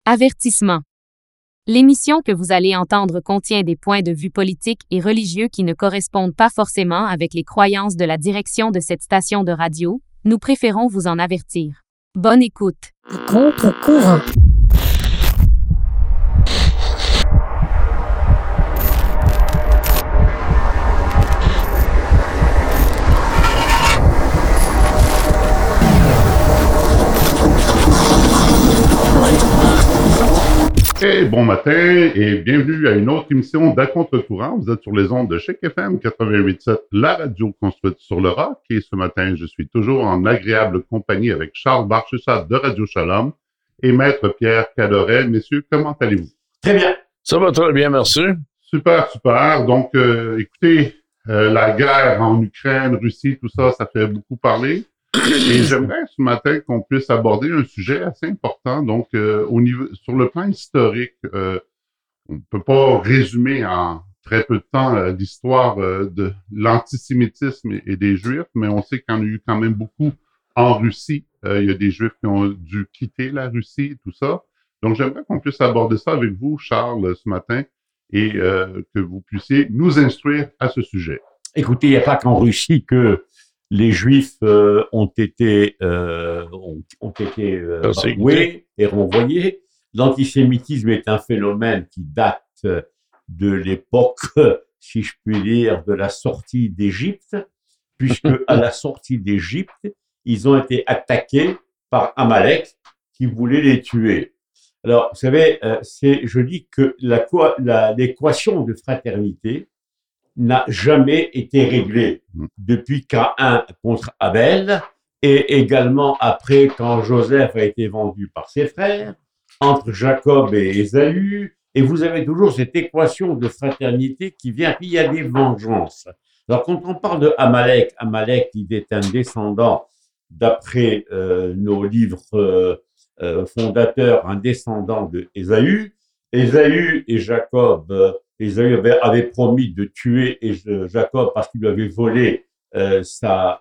Avertissement. L'émission que vous allez entendre contient des points de vue politiques et religieux qui ne correspondent pas forcément avec les croyances de la direction de cette station de radio. Nous préférons vous en avertir. Bonne écoute. À contre-courant. Et bon matin et bienvenue à une autre émission d'À contre-courant. Vous êtes sur les ondes de Chic FM 88.7, la radio construite sur le rock. Et ce matin, je suis toujours en agréable compagnie avec Charles Barchessa de Radio Shalom et Maître Pierre Cadoret. Messieurs, comment allez-vous? Très bien. Ça va très bien, merci. Super, super. Donc, écoutez, la guerre en Ukraine, Russie, tout ça, ça fait beaucoup parler. Et j'aimerais ce matin qu'on puisse aborder un sujet assez important. Donc, au niveau, sur le plan historique, on ne peut pas résumer en très peu de temps l'histoire de l'antisémitisme et des Juifs, mais on sait qu'il y en a eu quand même beaucoup en Russie. Il y a des Juifs qui ont dû quitter la Russie et tout ça. Donc, j'aimerais qu'on puisse aborder ça avec vous, Charles, ce matin, et que vous puissiez nous instruire à ce sujet. Écoutez, il n'y a pas qu'en Russie que les Juifs ont été bafoués et renvoyés. L'antisémitisme est un phénomène qui date de l'époque, si je puis dire, de la sortie d'Égypte, puisque à la sortie d'Égypte, ils ont été attaqués par Amalek qui voulait les tuer. Alors, vous savez, je dis que l'équation de fraternité n'a jamais été réglé depuis Caïn contre Abel et également après quand Joseph a été vendu par ses frères, entre Jacob et Ésaü, et vous avez toujours cette équation de fraternité qui vient, puis il y a des vengeances. Alors quand on parle de Amalek, il est un descendant, d'après nos livres fondateurs, un descendant de Ésaü. Ésaü et Jacob, Ésaü avait promis de tuer Jacob parce qu'il lui avait volé son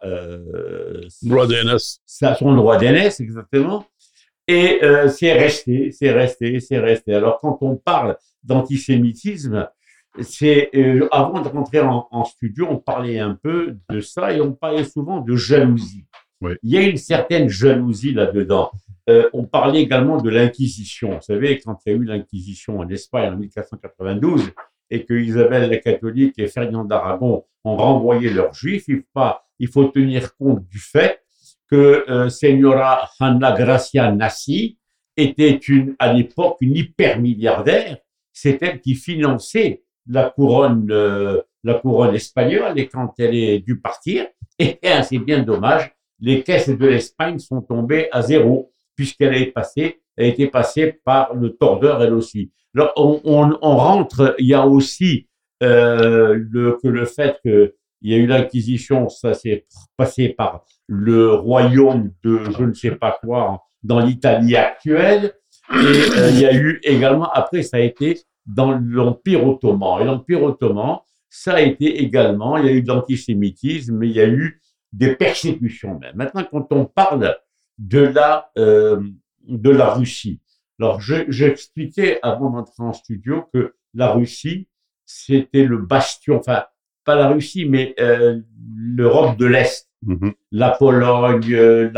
droit d'aînesse, exactement. Et c'est resté. Alors quand on parle d'antisémitisme, avant de rentrer en studio, on parlait un peu de ça et on parlait souvent de jalousie. Oui. Il y a une certaine jalousie là-dedans. On parlait également de l'Inquisition. Vous savez, quand il y a eu l'Inquisition en Espagne en 1492 et que Isabelle la catholique et Ferdinand d'Aragon ont renvoyé leurs juifs, il faut tenir compte du fait que Señora Anna Gracia Nassi était à l'époque une hyper-milliardaire. C'est elle qui finançait la couronne espagnole et quand elle est dû partir, et c'est bien dommage, les caisses de l'Espagne sont tombées à zéro, puisqu'elle a été passée par le tordeur elle aussi. Alors, on rentre, il y a aussi le fait qu'il y a eu l'Inquisition, ça s'est passé par le royaume de je ne sais pas quoi dans l'Italie actuelle, et il y a eu également, après ça a été dans l'Empire ottoman. Et l'Empire ottoman, ça a été également, il y a eu de l'antisémitisme, mais il y a eu des persécutions même. Maintenant, quand on parle de la Russie. Alors, j'expliquais avant d'entrer en studio que la Russie, c'était le bastion, enfin, pas la Russie, mais l'Europe de l'Est. Mm-hmm. La Pologne,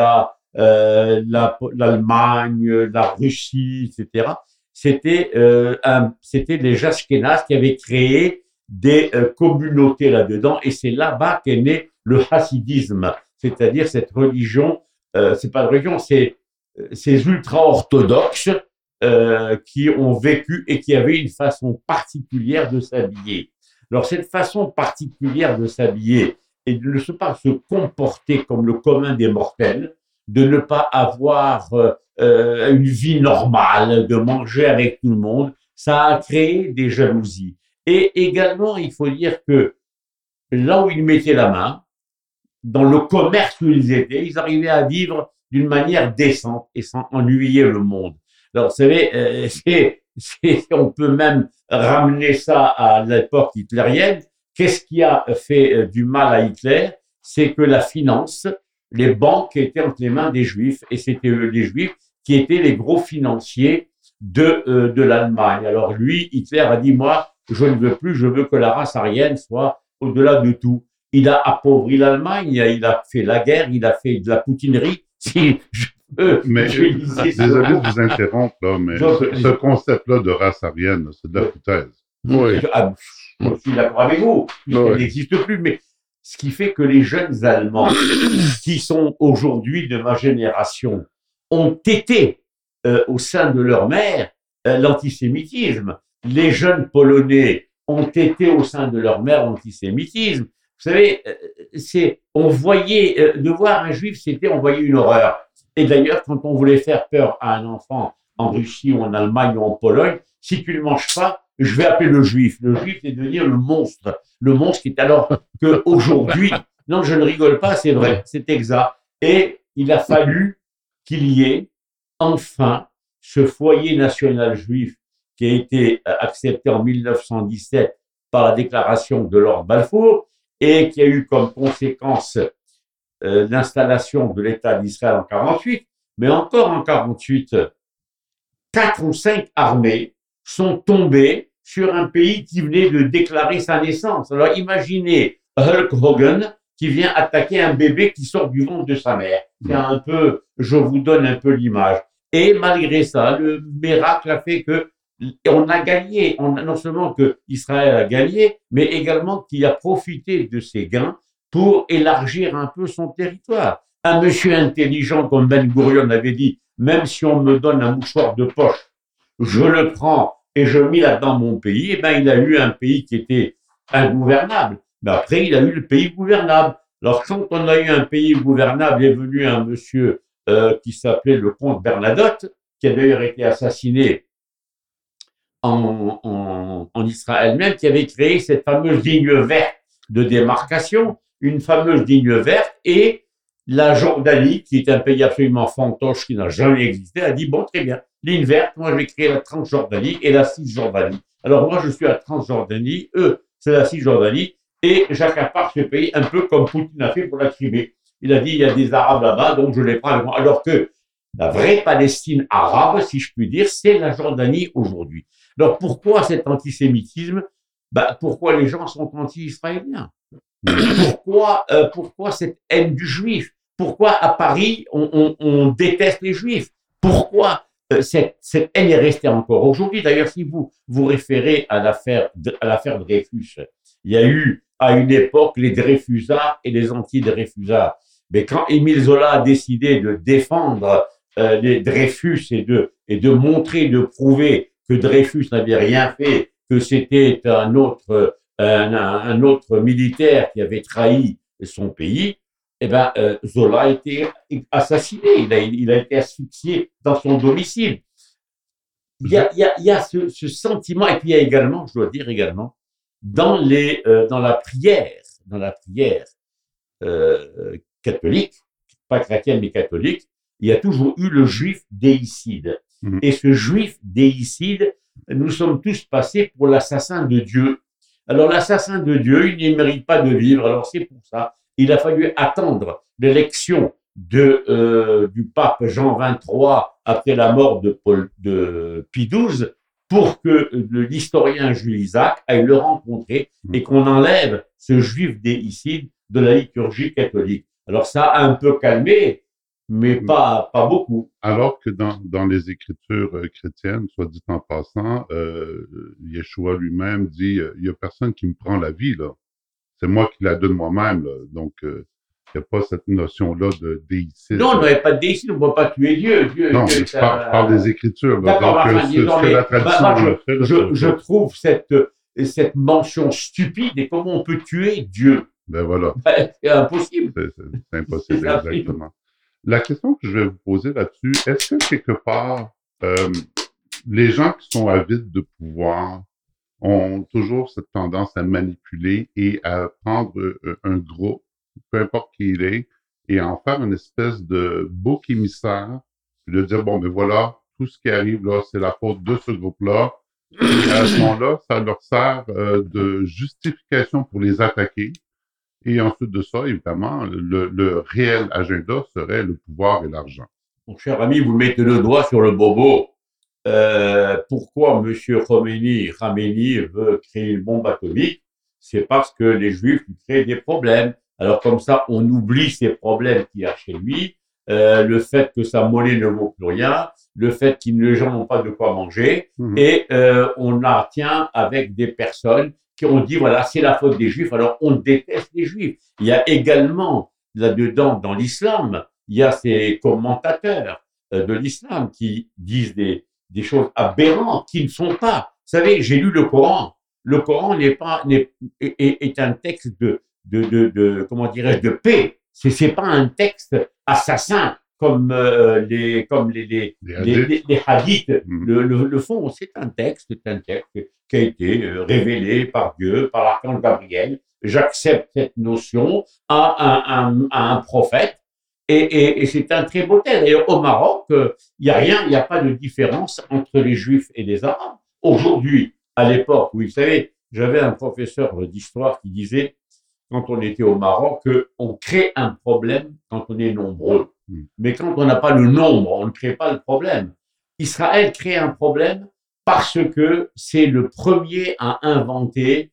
l'Allemagne, la Russie, etc. C'était les Ashkénazes qui avaient créé des communautés là-dedans, et c'est là-bas qu'est né le hassidisme, c'est-à-dire cette religion. C'est pas de religion, c'est ces ultra-orthodoxes qui ont vécu et qui avaient une façon particulière de s'habiller. Alors, cette façon particulière de s'habiller et de ne pas se comporter comme le commun des mortels, de ne pas avoir une vie normale, de manger avec tout le monde, ça a créé des jalousies. Et également, il faut dire que là où ils mettaient la main, dans le commerce où ils étaient, ils arrivaient à vivre d'une manière décente et sans ennuyer le monde. Alors, vous savez, on peut même ramener ça à l'époque hitlérienne. Qu'est-ce qui a fait du mal à Hitler? C'est que la finance, les banques étaient entre les mains des Juifs, et c'était les Juifs qui étaient les gros financiers de l'Allemagne. Alors lui, Hitler a dit, moi, je ne veux plus, je veux que la race aryenne soit au-delà de tout. Il a appauvri l'Allemagne, il a fait la guerre, il a fait de la poutinerie. Si je peux Mais utiliser ce désolé mot. de vous interrompre, là, mais Donc, ce concept-là de race aryenne, c'est de la foutaise. Oui. Je suis d'accord avec vous, puisqu'elle Ouais. n'existe plus, mais ce qui fait que les jeunes Allemands, qui sont aujourd'hui de ma génération, ont été au sein de leur mère l'antisémitisme. Les jeunes Polonais ont été au sein de leur mère l'antisémitisme. Vous savez, on voyait, de voir un juif, on voyait une horreur. Et d'ailleurs, quand on voulait faire peur à un enfant en Russie ou en Allemagne ou en Pologne, si tu ne le manges pas, je vais appeler le juif. Le juif est devenir le monstre. Le monstre qui est alors qu'aujourd'hui, non, je ne rigole pas, c'est vrai, c'est exact. Et il a fallu qu'il y ait enfin ce foyer national juif qui a été accepté en 1917 par la déclaration de Lord Balfour et qui a eu comme conséquence l'installation de l'État d'Israël en 48, mais encore en 48, 4 ou 5 armées sont tombées sur un pays qui venait de déclarer sa naissance. Alors imaginez Hulk Hogan qui vient attaquer un bébé qui sort du ventre de sa mère. C'est un peu, je vous donne un peu l'image. Et malgré ça, le miracle a fait que on a gagné. Non seulement que Israël a gagné, mais également qu'il a profité de ses gains pour élargir un peu son territoire. Un monsieur intelligent comme Ben Gurion avait dit, même si on me donne un mouchoir de poche, je le prends et je mets là-dedans mon pays. Eh ben, il a eu un pays qui était ingouvernable. Mais après, il a eu le pays gouvernable. Alors, quand on a eu un pays gouvernable, est venu un monsieur qui s'appelait le comte Bernadotte, qui a d'ailleurs été assassiné en Israël même, qui avait créé cette fameuse ligne verte de démarcation, une fameuse ligne verte, et la Jordanie, qui est un pays absolument fantoche, qui n'a jamais existé, a dit, bon, très bien, ligne verte, moi je vais créer la Transjordanie et la Cisjordanie. Alors moi je suis à Transjordanie, eux c'est la Cisjordanie, et j'accapare ce pays un peu comme Poutine a fait pour la Crimée. Il a dit, il y a des Arabes là-bas, donc je les prends avec moi. Alors que la vraie Palestine arabe, si je puis dire, c'est la Jordanie aujourd'hui. Alors pourquoi cet antisémitisme? Pourquoi les gens sont anti-israéliens? Pourquoi cette haine du juif? Pourquoi à Paris on déteste les juifs? Pourquoi cette haine est restée encore aujourd'hui? D'ailleurs, si vous vous référez à l'affaire Dreyfus, il y a eu à une époque les Dreyfusards et les anti-Dreyfusards. Mais quand Émile Zola a décidé de défendre les Dreyfus et de montrer, de prouver que Dreyfus n'avait rien fait, que c'était un autre militaire qui avait trahi son pays, eh ben, Zola a été assassiné, il a été asphyxié dans son domicile. Il y a ce sentiment, et puis il y a également, je dois dire également, dans la prière catholique, pas chrétienne mais catholique, il y a toujours eu le juif déicide. Et ce juif déicide, nous sommes tous passés pour l'assassin de Dieu. Alors l'assassin de Dieu, il ne mérite pas de vivre. Alors c'est pour ça, il a fallu attendre l'élection du pape Jean XXIII après la mort de Pie XII pour que l'historien Jules Isaac aille le rencontrer et qu'on enlève ce juif déicide de la liturgie catholique. Alors ça a un peu calmé, mais pas beaucoup. Alors que dans les écritures chrétiennes, soit dit en passant, Yeshua lui-même dit, il y a personne qui me prend la vie, là. C'est moi qui la donne moi-même, là. Donc, il n'y a pas cette notion-là de déicide. Non, il n'y avait pas de déicide, on ne peut pas tuer Dieu. Non, Dieu, je parle des écritures, là. D'accord, Donc, enfin, ce que la tradition fait, là, je trouve cette mention stupide, et comment on peut tuer Dieu? Ben voilà. C'est impossible. C'est impossible, C'est impossible. exactement. La question que je vais vous poser là-dessus, est-ce que quelque part, les gens qui sont avides de pouvoir ont toujours cette tendance à manipuler et à prendre un groupe, peu importe qui il est, et en faire une espèce de bouc émissaire, puis de dire, bon, ben voilà, tout ce qui arrive là, c'est la faute de ce groupe-là. Et à ce moment-là, ça leur sert de justification pour les attaquer. Et ensuite de ça, évidemment, le réel agenda serait le pouvoir et l'argent. Mon cher ami, vous mettez le doigt sur le bobo. pourquoi M. Khamenei veut créer une bombe atomique, c'est parce que les Juifs lui créent des problèmes. Alors comme ça, on oublie ces problèmes qu'il y a chez lui, le fait que sa monnaie ne vaut plus rien, le fait que les gens n'ont pas de quoi manger, et on la tient avec des personnes qui ont dit, voilà, c'est la faute des Juifs, alors on déteste les Juifs. Il y a également là-dedans, dans l'islam, il y a ces commentateurs de l'islam qui disent des choses aberrantes qui ne sont pas. Vous savez, j'ai lu le Coran. Le Coran est un texte comment dirais-je, de paix. C'est pas un texte assassin comme les hadiths le font. C'est un texte qui a été révélé par Dieu, par l'archange Gabriel. J'accepte cette notion à un prophète. Et c'est un très beau texte. D'ailleurs, au Maroc, il n'y a pas de différence entre les Juifs et les Arabes. Aujourd'hui, à l'époque, vous savez, j'avais un professeur d'histoire qui disait, quand on était au Maroc, qu'on crée un problème quand on est nombreux. Mais quand on n'a pas le nombre, on ne crée pas le problème. Israël crée un problème parce que c'est le premier à inventer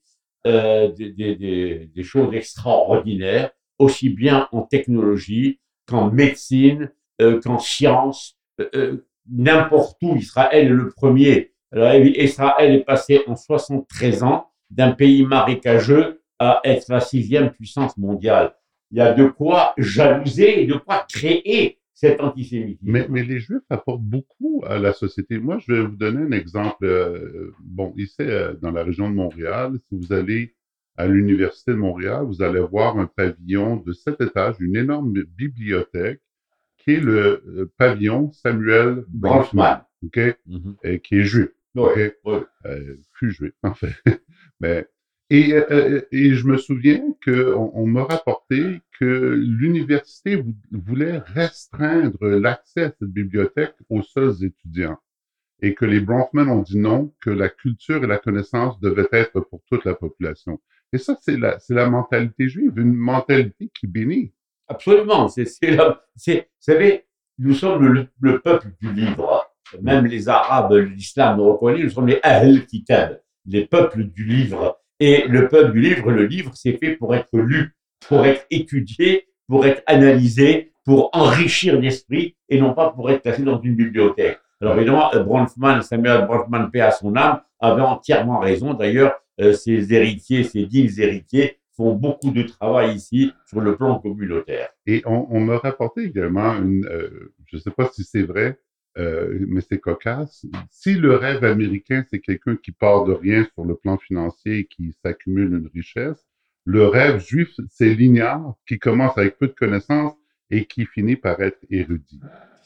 des choses extraordinaires, aussi bien en technologie qu'en médecine, qu'en sciences, n'importe où. Israël est le premier. Alors, Israël est passé en 73 ans d'un pays marécageux à être la 6e puissance mondiale. Il y a de quoi jalouser et de quoi créer cet antisémitisme. Mais les Juifs apportent beaucoup à la société. Moi, je vais vous donner un exemple. Ici, dans la région de Montréal, si vous allez à l'Université de Montréal, vous allez voir un pavillon de 7 étages, une énorme bibliothèque, qui est le pavillon Samuel Bronfman, okay? Et qui est juif. Okay? Plus juif, en fait. Mais, et je me souviens qu'on m'a rapporté que l'université voulait restreindre l'accès à cette bibliothèque aux seuls étudiants. Et que les Bronfman ont dit non, que la culture et la connaissance devaient être pour toute la population. Et ça, c'est la mentalité juive, une mentalité qui bénit. Absolument. Vous savez, nous sommes le peuple du livre. Même les Arabes, l'islam nous reconnaît, nous sommes les Ahl Kitab, les peuples du livre. Et le peuple du livre, le livre, c'est fait pour être lu, pour être étudié, pour être analysé, pour enrichir l'esprit, et non pas pour être placé dans une bibliothèque. Alors évidemment, Samuel Bronfman, paix à son âme, avait entièrement raison. D'ailleurs, ses héritiers, ses dignes héritiers, font beaucoup de travail ici sur le plan communautaire. Et on m'a rapporté également je ne sais pas si c'est vrai, mais c'est cocasse. Si le rêve américain, c'est quelqu'un qui part de rien sur le plan financier et qui s'accumule une richesse, le rêve juif, c'est l'ignare qui commence avec peu de connaissances et qui finit par être érudit.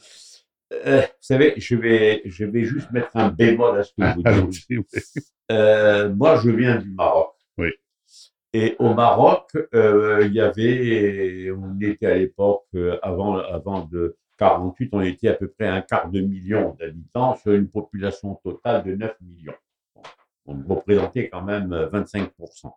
Vous savez, je vais juste mettre un bémol à ce que vous dites. Oui. Moi, je viens du Maroc. Oui. Et au Maroc, on était à l'époque, avant de 48, on était à peu près 250 000 d'habitants sur une population totale de 9 millions. On représentait quand même 25%.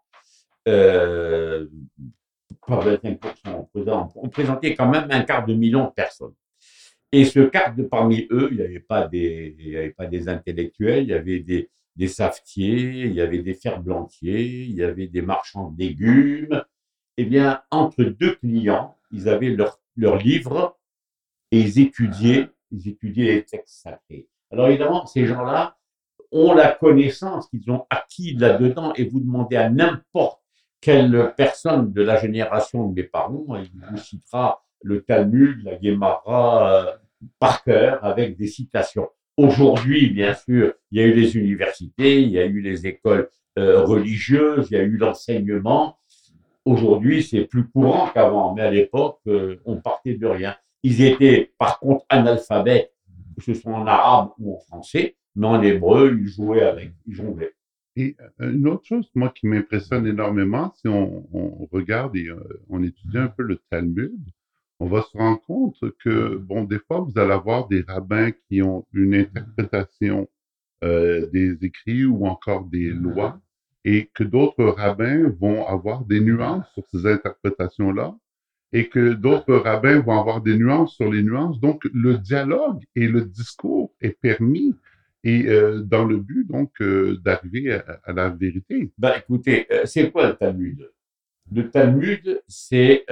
Pas 25%, on présentait quand même 250 000 de personnes. Et parmi eux, il n'y avait pas des intellectuels, il y avait des savetiers, il y avait des ferblantiers, il y avait des marchands de légumes. Eh bien, entre deux clients, ils avaient leur livre et ils étudiaient les textes sacrés. Alors évidemment, ces gens-là ont la connaissance qu'ils ont acquis là-dedans, et vous demandez à n'importe quelle personne de la génération de mes parents, il vous citera le Talmud, la Guémara, par cœur, avec des citations. Aujourd'hui, bien sûr, il y a eu les universités, il y a eu les écoles religieuses, il y a eu l'enseignement. Aujourd'hui, c'est plus courant qu'avant, mais à l'époque, on partait de rien. Ils étaient, par contre, analphabètes, que ce soit en arabe ou en français, mais en hébreu, ils jonglaient. Et une autre chose, moi, qui m'impressionne énormément, si on regarde et on étudie un peu le Talmud, on va se rendre compte que, bon, des fois, vous allez avoir des rabbins qui ont une interprétation des écrits ou encore des lois, et que d'autres rabbins vont avoir des nuances sur ces interprétations-là, et que d'autres rabbins vont avoir des nuances sur les nuances. Donc, le dialogue et le discours est permis. et dans le but, donc, d'arriver à la vérité. Ben, écoutez, c'est quoi le Talmud? Le Talmud, c'est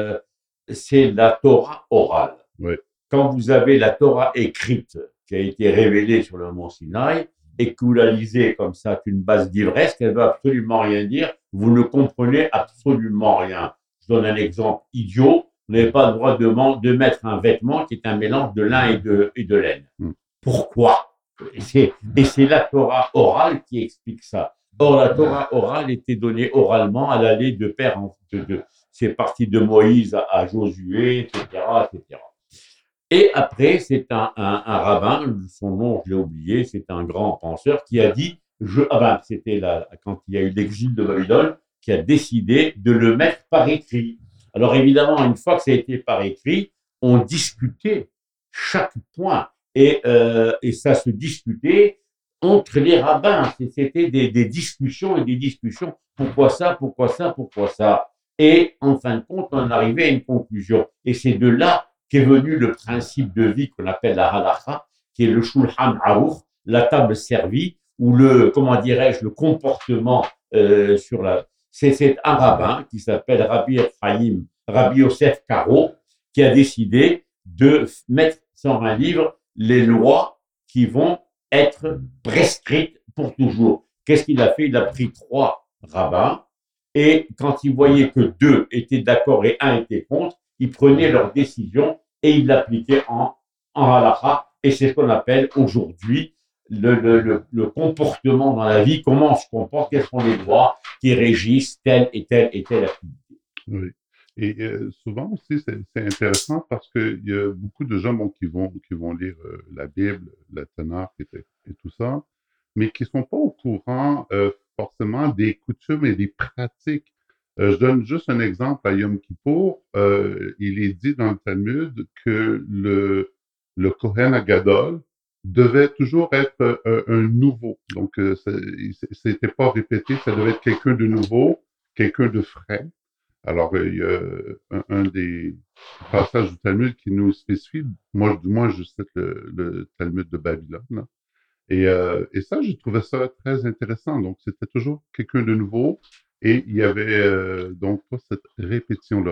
la Torah orale. Ouais. Quand vous avez la Torah écrite qui a été révélée sur le mont Sinaï et que vous la lisez comme ça, une base d'ivresse, qu'elle ne veut absolument rien dire, vous ne comprenez absolument rien. Je donne un exemple idiot. Vous n'avez pas le droit de mettre un vêtement qui est un mélange de lin et de laine. Pourquoi? Et c'est la Torah orale qui explique ça. Or, la Torah orale était donnée oralement, elle allait de père en c'est parti de Moïse à Josué, etc., etc. Et après, c'est un rabbin, son nom, je l'ai oublié, c'est un grand penseur qui a dit, c'était quand il y a eu l'exil de Babylone, qui a décidé de le mettre par écrit. Alors évidemment, une fois que ça a été par écrit, on discutait chaque point et ça se discutait entre les rabbins. C'était des discussions et des discussions. Pourquoi ça? Pourquoi ça? Pourquoi ça? Et en fin de compte, on arrivait à une conclusion. Et c'est de là qu'est venu le principe de vie qu'on appelle la halakha, qui est le shulchan aruch, la table servie, ou le comportement sur la. C'est un rabbin qui s'appelle Rabbi Yosef Karo, qui a décidé de mettre sur un livre les lois qui vont être prescrites pour toujours. Qu'est-ce qu'il a fait? Il a pris 3 rabbins et quand il voyait que 2 étaient d'accord et 1 était contre, il prenait leur décision et il l'appliquait en halakha. Et c'est ce qu'on appelle aujourd'hui le comportement dans la vie, comment on se comporte, quels sont les droits qui régissent telle et telle et telle activité. Oui. Et souvent aussi, c'est intéressant parce qu'il y a beaucoup de gens qui vont lire la Bible, la Tanakh et tout ça, mais qui ne sont pas au courant forcément des coutumes et des pratiques. Je donne juste un exemple à Yom Kippour. Il est dit dans le Talmud que le Kohen Agadol devait toujours être un nouveau. Donc, c'était pas répété, ça devait être quelqu'un de nouveau, quelqu'un de frais. Alors, il y a un des passages du Talmud qui nous spécifie, moi je cite le Talmud de Babylone, là. Et ça, j'ai trouvé ça très intéressant. Donc, c'était toujours quelqu'un de nouveau et il y avait donc pas cette répétition-là.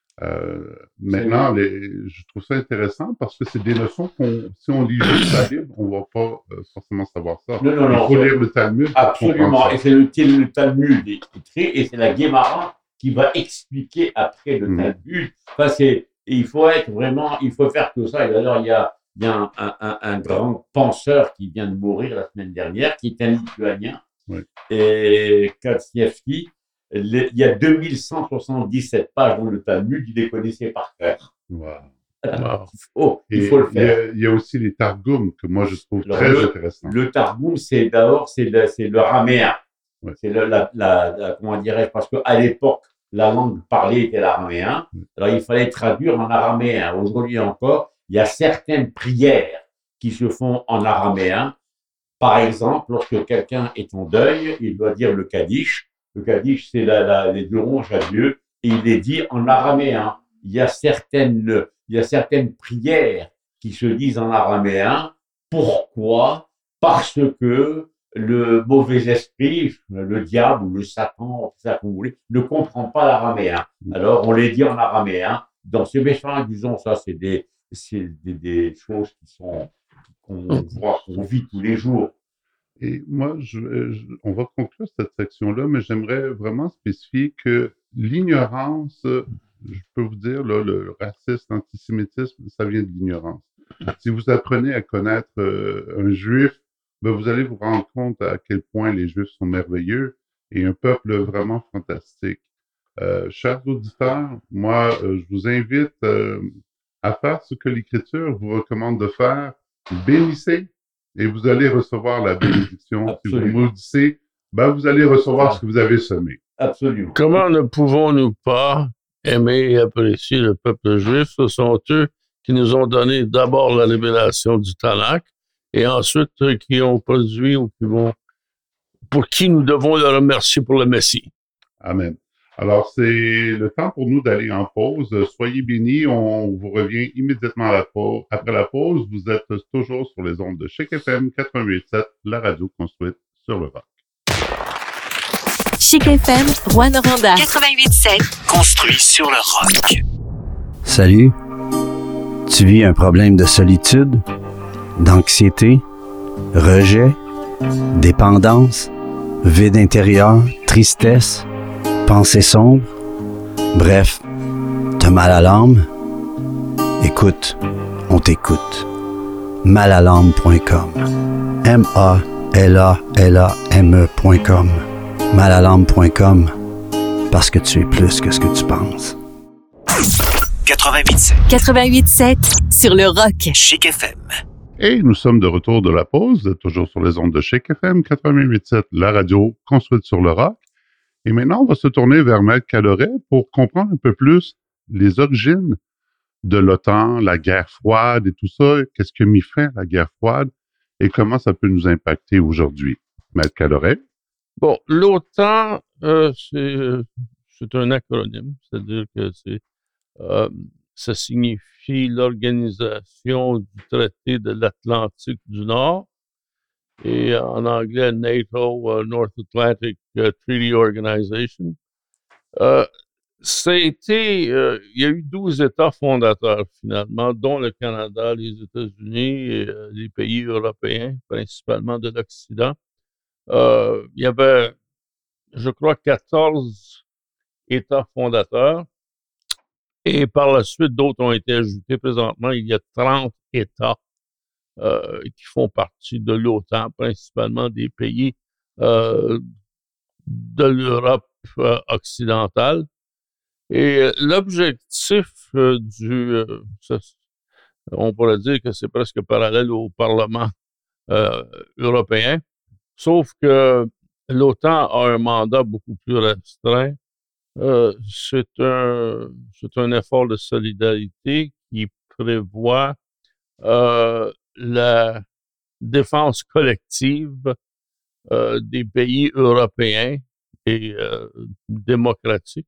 Maintenant, je trouve ça intéressant parce que c'est des notions si on lit juste la Bible, on va pas forcément savoir ça. Non, il faut lire le Talmud. Absolument. Et c'est le Talmud écrit et c'est la Gemara qui va expliquer après le Talmud. Enfin, il faut faire que ça. Et d'ailleurs, il y a un grand penseur qui vient de mourir la semaine dernière, qui est un Lituanien, et Katsievski. Il y a 2177 pages dans le Talmud, il les connaissait par cœur. Il faut le faire. Il y a aussi les Targums que moi je trouve très intéressants. Le Targum, c'est le raméen. C'est comment dirais-je, parce qu'à l'époque, la langue parlée était l'araméen. Alors, il fallait traduire en araméen. Aujourd'hui encore, il y a certaines prières qui se font en araméen. Par exemple, lorsque quelqu'un est en deuil, il doit dire le Kaddish. Le Kaddish, c'est les 2 ronges à Dieu, et il est dit en araméen. Il y a certaines prières qui se disent en araméen. Pourquoi? Parce que le mauvais esprit, le diable ou le Satan, ça qu'on voulait, ne comprend pas l'araméen. Alors, on les dit en araméen. Dans ces méchants, disons, ça, c'est des choses qu'on vit tous les jours. Et moi, on va conclure cette section-là, mais j'aimerais vraiment spécifier que l'ignorance, je peux vous dire, là, le racisme, l'antisémitisme, ça vient de l'ignorance. Si vous apprenez à connaître un juif, vous allez vous rendre compte à quel point les Juifs sont merveilleux et un peuple vraiment fantastique. Chers auditeurs, moi, je vous invite à faire ce que l'Écriture vous recommande de faire. Bénissez et vous allez recevoir la bénédiction. Absolument. Si vous maudissez, vous allez recevoir ce que vous avez semé. Absolument. Comment ne pouvons-nous pas aimer et apprécier le peuple juif? Ce sont eux qui nous ont donné d'abord la révélation du Tanakh et ensuite qui ont produit ou pour qui nous devons le remercier pour le Messie. Amen. Alors, c'est le temps pour nous d'aller en pause. Soyez bénis. On vous revient immédiatement après la pause. Vous êtes toujours sur les ondes de Chic FM 88.7, la radio construite sur le rock. Chic FM, Rouyn-Noranda. 88.7. Construit sur le rock. Salut. Tu vis un problème de solitude, d'anxiété, rejet, dépendance, vide intérieur, tristesse, pensée sombre, bref, t'as mal à l'âme? Écoute, on t'écoute. Malalarme.com. MALALAME.com. Malalarme.com. Parce que tu es plus que ce que tu penses. 88.7. 88.7 sur le rock. Chic FM. Et nous sommes de retour de la pause, toujours sur les ondes de Chic FM 88.7, la radio construite sur le rock. Et maintenant, on va se tourner vers Maître Caloret pour comprendre un peu plus les origines de l'OTAN, la guerre froide et tout ça. Qu'est-ce qui a mis fin à la guerre froide et comment ça peut nous impacter aujourd'hui? Maître Caloret? Bon, l'OTAN, c'est un acronyme, c'est-à-dire que ça signifie l'Organisation du traité de l'Atlantique du Nord et en anglais NATO, North Atlantic Treaty Organization. Il y a eu 12 États fondateurs finalement, dont le Canada, les États-Unis et les pays européens, principalement de l'Occident. Il y avait, je crois, 14 États fondateurs. Et par la suite, d'autres ont été ajoutés. Présentement, il y a 30 États qui font partie de l'OTAN, principalement des pays de l'Europe occidentale. Et l'objectif on pourrait dire que c'est presque parallèle au Parlement européen, sauf que l'OTAN a un mandat beaucoup plus restreint. C'est un effort de solidarité qui prévoit la défense collective des pays européens et démocratiques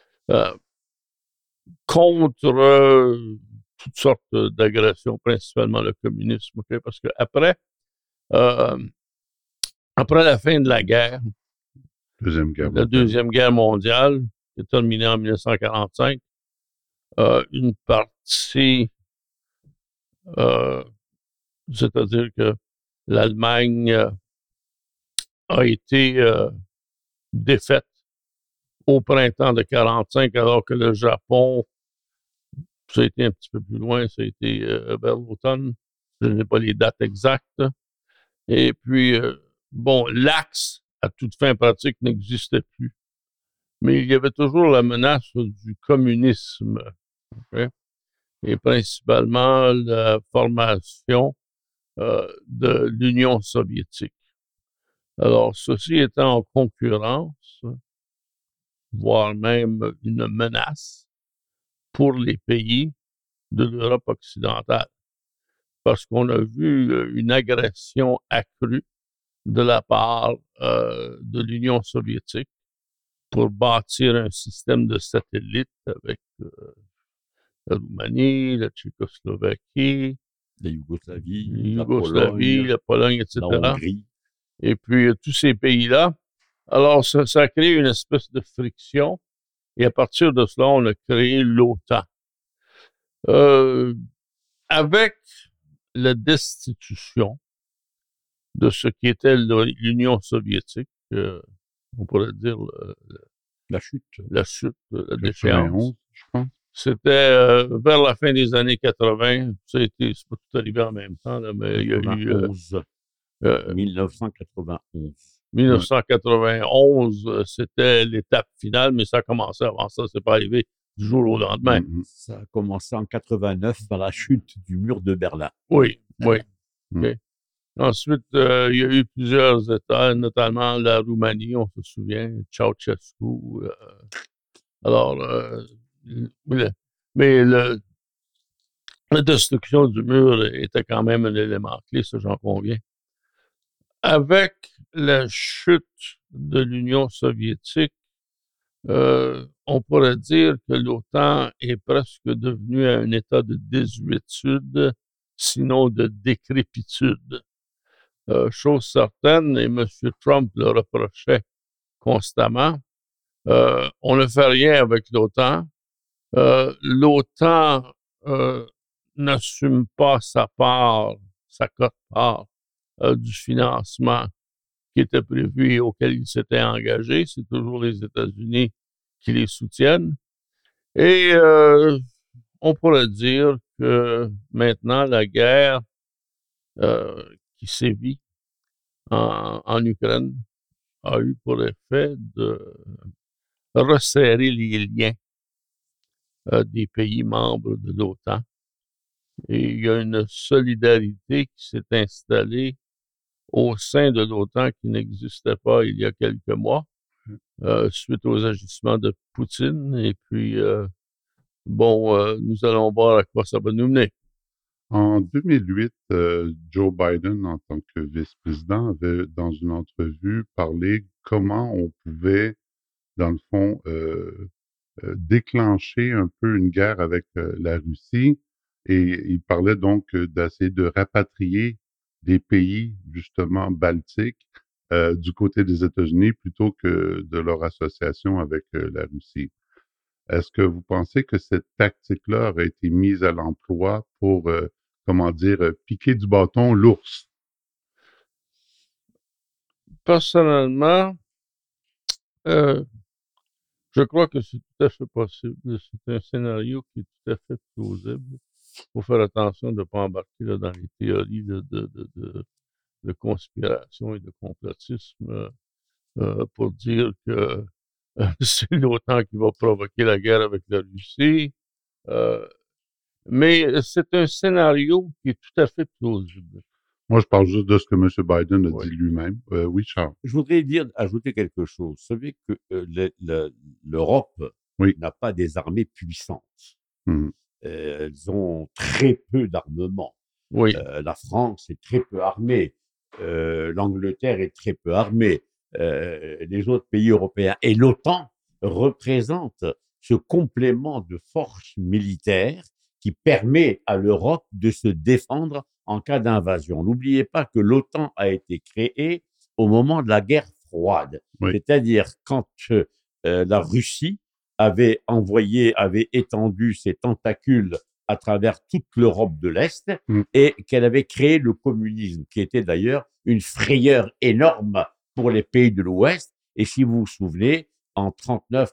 contre toutes sortes d'agressions, principalement le communisme. Okay? Parce que après la fin de la guerre, la Deuxième Guerre mondiale, qui est terminée en 1945, une partie, c'est-à-dire que l'Allemagne a été défaite au printemps de 1945, alors que le Japon, ça a été un petit peu plus loin, ça a été vers l'automne, je n'ai pas les dates exactes. Et puis, l'axe à toute fin pratique n'existait plus. Mais il y avait toujours la menace du communisme, okay? Et principalement la formation de l'Union soviétique. Alors, ceci étant en concurrence, voire même une menace pour les pays de l'Europe occidentale, parce qu'on a vu une agression accrue de la part de l'Union soviétique pour bâtir un système de satellites avec la Roumanie, la Tchécoslovaquie, la Yougoslavie, la Pologne, etc. La Hongrie. Et puis tous ces pays-là. Alors, ça a créé une espèce de friction. Et à partir de cela, on a créé l'OTAN. Avec la destitution de ce qui était l'Union soviétique, on pourrait dire la chute, la déchéance. Je pense. C'était vers la fin des années 80. C'est pas tout arrivé en même temps, là, mais il y a eu 1991. 1991, c'était l'étape finale, mais ça a commencé avant ça. C'est pas arrivé du jour au lendemain. Ça a commencé en 89 par la chute du mur de Berlin. Oui. Okay. Ensuite, il y a eu plusieurs États, notamment la Roumanie, on se souvient, Ceausescu. Mais la destruction du mur était quand même un élément clé, ça j'en conviens. Avec la chute de l'Union soviétique, on pourrait dire que l'OTAN est presque devenue un état de désuétude, sinon de décrépitude. Chose certaine, et M. Trump le reprochait constamment, on ne fait rien avec l'OTAN. L'OTAN n'assume pas sa quote-part du financement qui était prévu et auquel il s'était engagé. C'est toujours les États-Unis qui les soutiennent. Et on pourrait dire que maintenant, la guerre qui sévit en Ukraine a eu pour effet de resserrer les liens des pays membres de l'OTAN. Et il y a une solidarité qui s'est installée au sein de l'OTAN qui n'existait pas il y a quelques mois, suite aux agissements de Poutine. Et puis, nous allons voir à quoi ça va nous mener. En 2008, Joe Biden, en tant que vice-président, avait, dans une entrevue, parlé comment on pouvait, dans le fond, déclencher un peu une guerre avec la Russie. Et il parlait donc d'essayer de rapatrier des pays, justement, baltiques, du côté des États-Unis plutôt que de leur association avec la Russie. Est-ce que vous pensez que cette tactique-là aurait été mise à l'emploi pour, piquer du bâton l'ours? Personnellement, je crois que c'est tout à fait possible. C'est un scénario qui est tout à fait plausible. Il faut faire attention de ne pas embarquer là, dans les théories de conspiration et de complotisme pour dire que c'est l'OTAN qui va provoquer la guerre avec la Russie. Mais c'est un scénario qui est tout à fait plausible. Moi, je parle juste de ce que M. Biden a dit lui-même. Oui, Charles. Je voudrais ajouter quelque chose. Vous savez que l'Europe n'a pas des armées puissantes. Elles ont très peu d'armement. Oui. La France est très peu armée. L'Angleterre est très peu armée. Les autres pays européens. Et l'OTAN représente ce complément de force militaire qui permet à l'Europe de se défendre en cas d'invasion. N'oubliez pas que l'OTAN a été créée au moment de la guerre froide. Oui. C'est-à-dire quand la Russie avait étendu ses tentacules à travers toute l'Europe de l'Est et qu'elle avait créé le communisme, qui était d'ailleurs une frayeur énorme pour les pays de l'Ouest. Et si vous vous souvenez, entre 39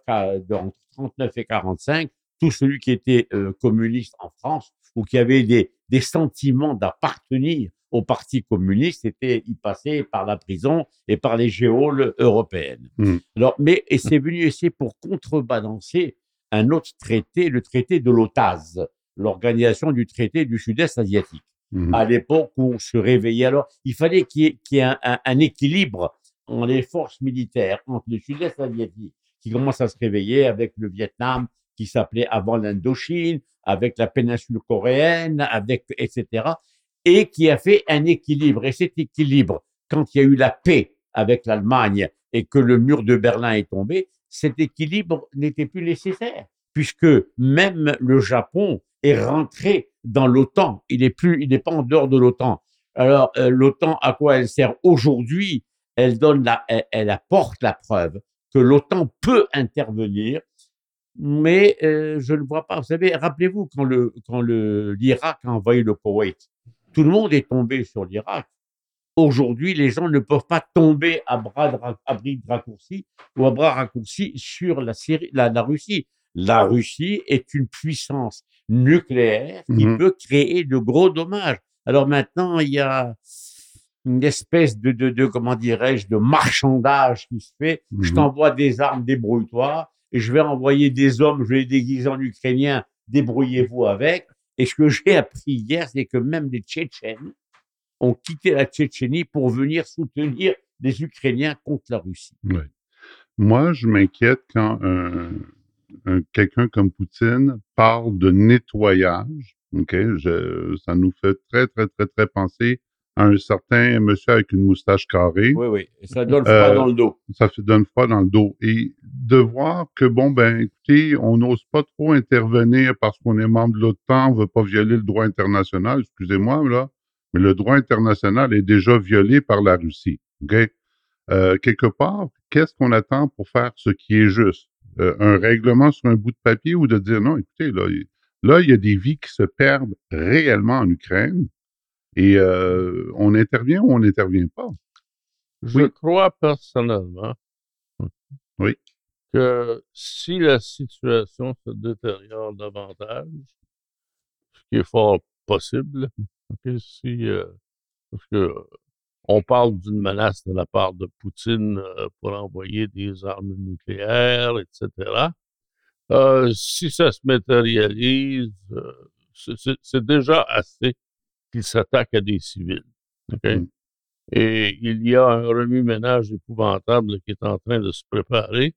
et 45, tout celui qui était communiste en France ou qui avait des sentiments d'appartenir au Parti communiste, il passait par la prison et par les geôles européennes. Alors, et c'est venu essayer pour contrebalancer un autre traité, le traité de l'OTAS, l'organisation du traité du Sud-Est asiatique. À l'époque où on se réveillait, alors il fallait qu'il y ait un équilibre dans les forces militaires entre le Sud-Est asiatique qui commence à se réveiller avec le Vietnam qui s'appelait avant l'Indochine, avec la péninsule coréenne, etc. Et qui a fait un équilibre. Et cet équilibre, quand il y a eu la paix avec l'Allemagne et que le mur de Berlin est tombé, cet équilibre n'était plus nécessaire, puisque même le Japon est rentré dans l'OTAN. Il n'est pas en dehors de l'OTAN. Alors, l'OTAN, à quoi elle sert aujourd'hui? Elle apporte la preuve que l'OTAN peut intervenir, mais je ne vois pas. Vous savez, rappelez-vous quand l'Irak a envahi le Koweït, tout le monde est tombé sur l'Irak. Aujourd'hui, les gens ne peuvent pas tomber à bris raccourcis ou à bras raccourcis sur la Russie. La Russie est une puissance nucléaire qui peut créer de gros dommages. Alors maintenant, il y a une espèce de marchandage qui se fait. Je t'envoie des armes, débrouille-toi, et je vais envoyer des hommes, je vais les déguiser en Ukrainiens, débrouillez-vous avec. Et ce que j'ai appris hier, c'est que même les Tchétchènes ont quitté la Tchétchénie pour venir soutenir les Ukrainiens contre la Russie. Oui. Moi, je m'inquiète quand quelqu'un comme Poutine parle de nettoyage. Ça nous fait très, très, très, très penser un certain monsieur avec une moustache carrée. Oui, oui. Et ça donne froid dans le dos. Ça donne froid dans le dos. Et de voir que, bon, ben, écoutez, on n'ose pas trop intervenir parce qu'on est membre de l'OTAN, on ne veut pas violer le droit international, excusez-moi, là, mais le droit international est déjà violé par la Russie. OK? Quelque part, qu'est-ce qu'on attend pour faire ce qui est juste? Un règlement sur un bout de papier ou de dire non, écoutez, là, il y a des vies qui se perdent réellement en Ukraine et on intervient ou on n'intervient pas. Je crois personnellement Oui. que si la situation se détériore davantage, ce qui est fort possible, parce que on parle d'une menace de la part de Poutine pour envoyer des armes nucléaires, etc. Si ça se matérialise, c'est déjà assez qu'il s'attaque à des civils. Okay? Et il y a un remue-ménage épouvantable qui est en train de se préparer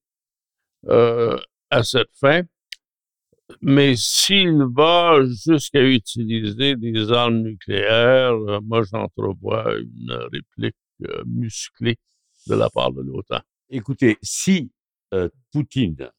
à cette fin. Mais s'il va jusqu'à utiliser des armes nucléaires, moi j'entrevois une réplique musclée de la part de l'OTAN. Écoutez, si Poutine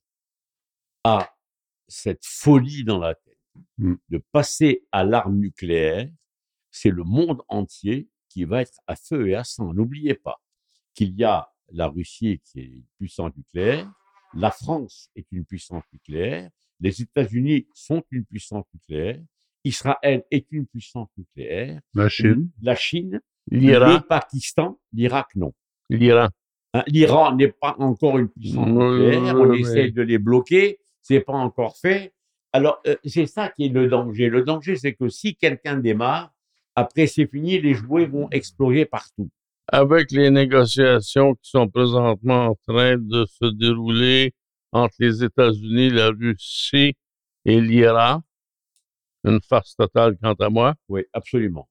a cette folie dans la tête de passer à l'arme nucléaire, c'est le monde entier qui va être à feu et à sang. N'oubliez pas qu'il y a la Russie qui est une puissance nucléaire, la France est une puissance nucléaire, les États-Unis sont une puissance nucléaire, Israël est une puissance nucléaire, la Chine, le Pakistan, l'Irak non. L'Iran. L'Iran n'est pas encore une puissance nucléaire, on essaie de les bloquer, c'est pas encore fait. Alors, c'est ça qui est le danger. Le danger, c'est que si quelqu'un démarre, après c'est fini, les jouets vont exploser partout. Avec les négociations qui sont présentement en train de se dérouler entre les États-Unis, la Russie et l'Iran, une farce totale quant à moi. Oui, absolument.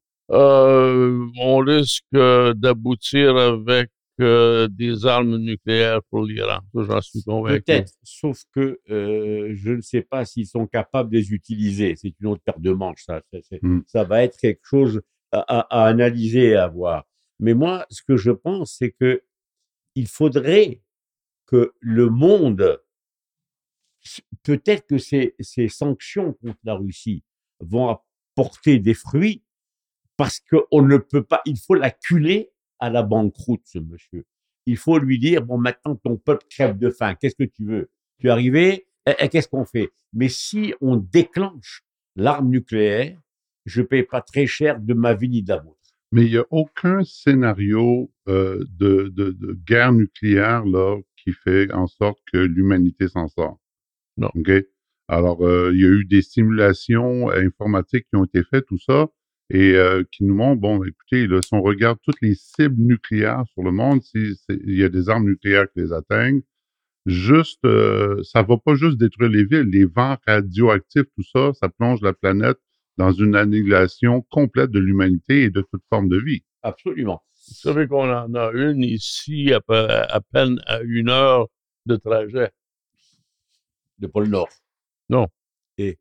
On risque d'aboutir avec des armes nucléaires pour l'Iran. J'en suis convaincu. Peut-être, sauf que je ne sais pas s'ils sont capables de les utiliser. C'est une autre paire de manches, ça. Ça va être quelque chose à analyser et à voir. Mais moi, ce que je pense, c'est que il faudrait que le monde, peut-être que ces sanctions contre la Russie vont apporter des fruits parce qu'on ne peut pas, il faut l'acculer à la banqueroute, ce monsieur. Il faut lui dire, bon, maintenant, ton peuple crève de faim. Qu'est-ce que tu veux? Tu es arrivé? Qu'est-ce qu'on fait? Mais si on déclenche l'arme nucléaire, je ne paye pas très cher de ma vie ni de la vôtre. Mais il n'y a aucun scénario de guerre nucléaire là, qui fait en sorte que l'humanité s'en sort. Non. OK? Alors, il y a eu des simulations informatiques qui ont été faites, tout ça, et qui nous montrent, bon, écoutez, là, si on regarde toutes les cibles nucléaires sur le monde, il y a des armes nucléaires qui les atteignent, juste, ça va pas juste détruire les villes, les vents radioactifs, tout ça, ça plonge la planète dans une annihilation complète de l'humanité et de toute forme de vie. Absolument. Vous savez qu'on en a une ici à peine à 1 heure de trajet. De pôle Nord. Non. Et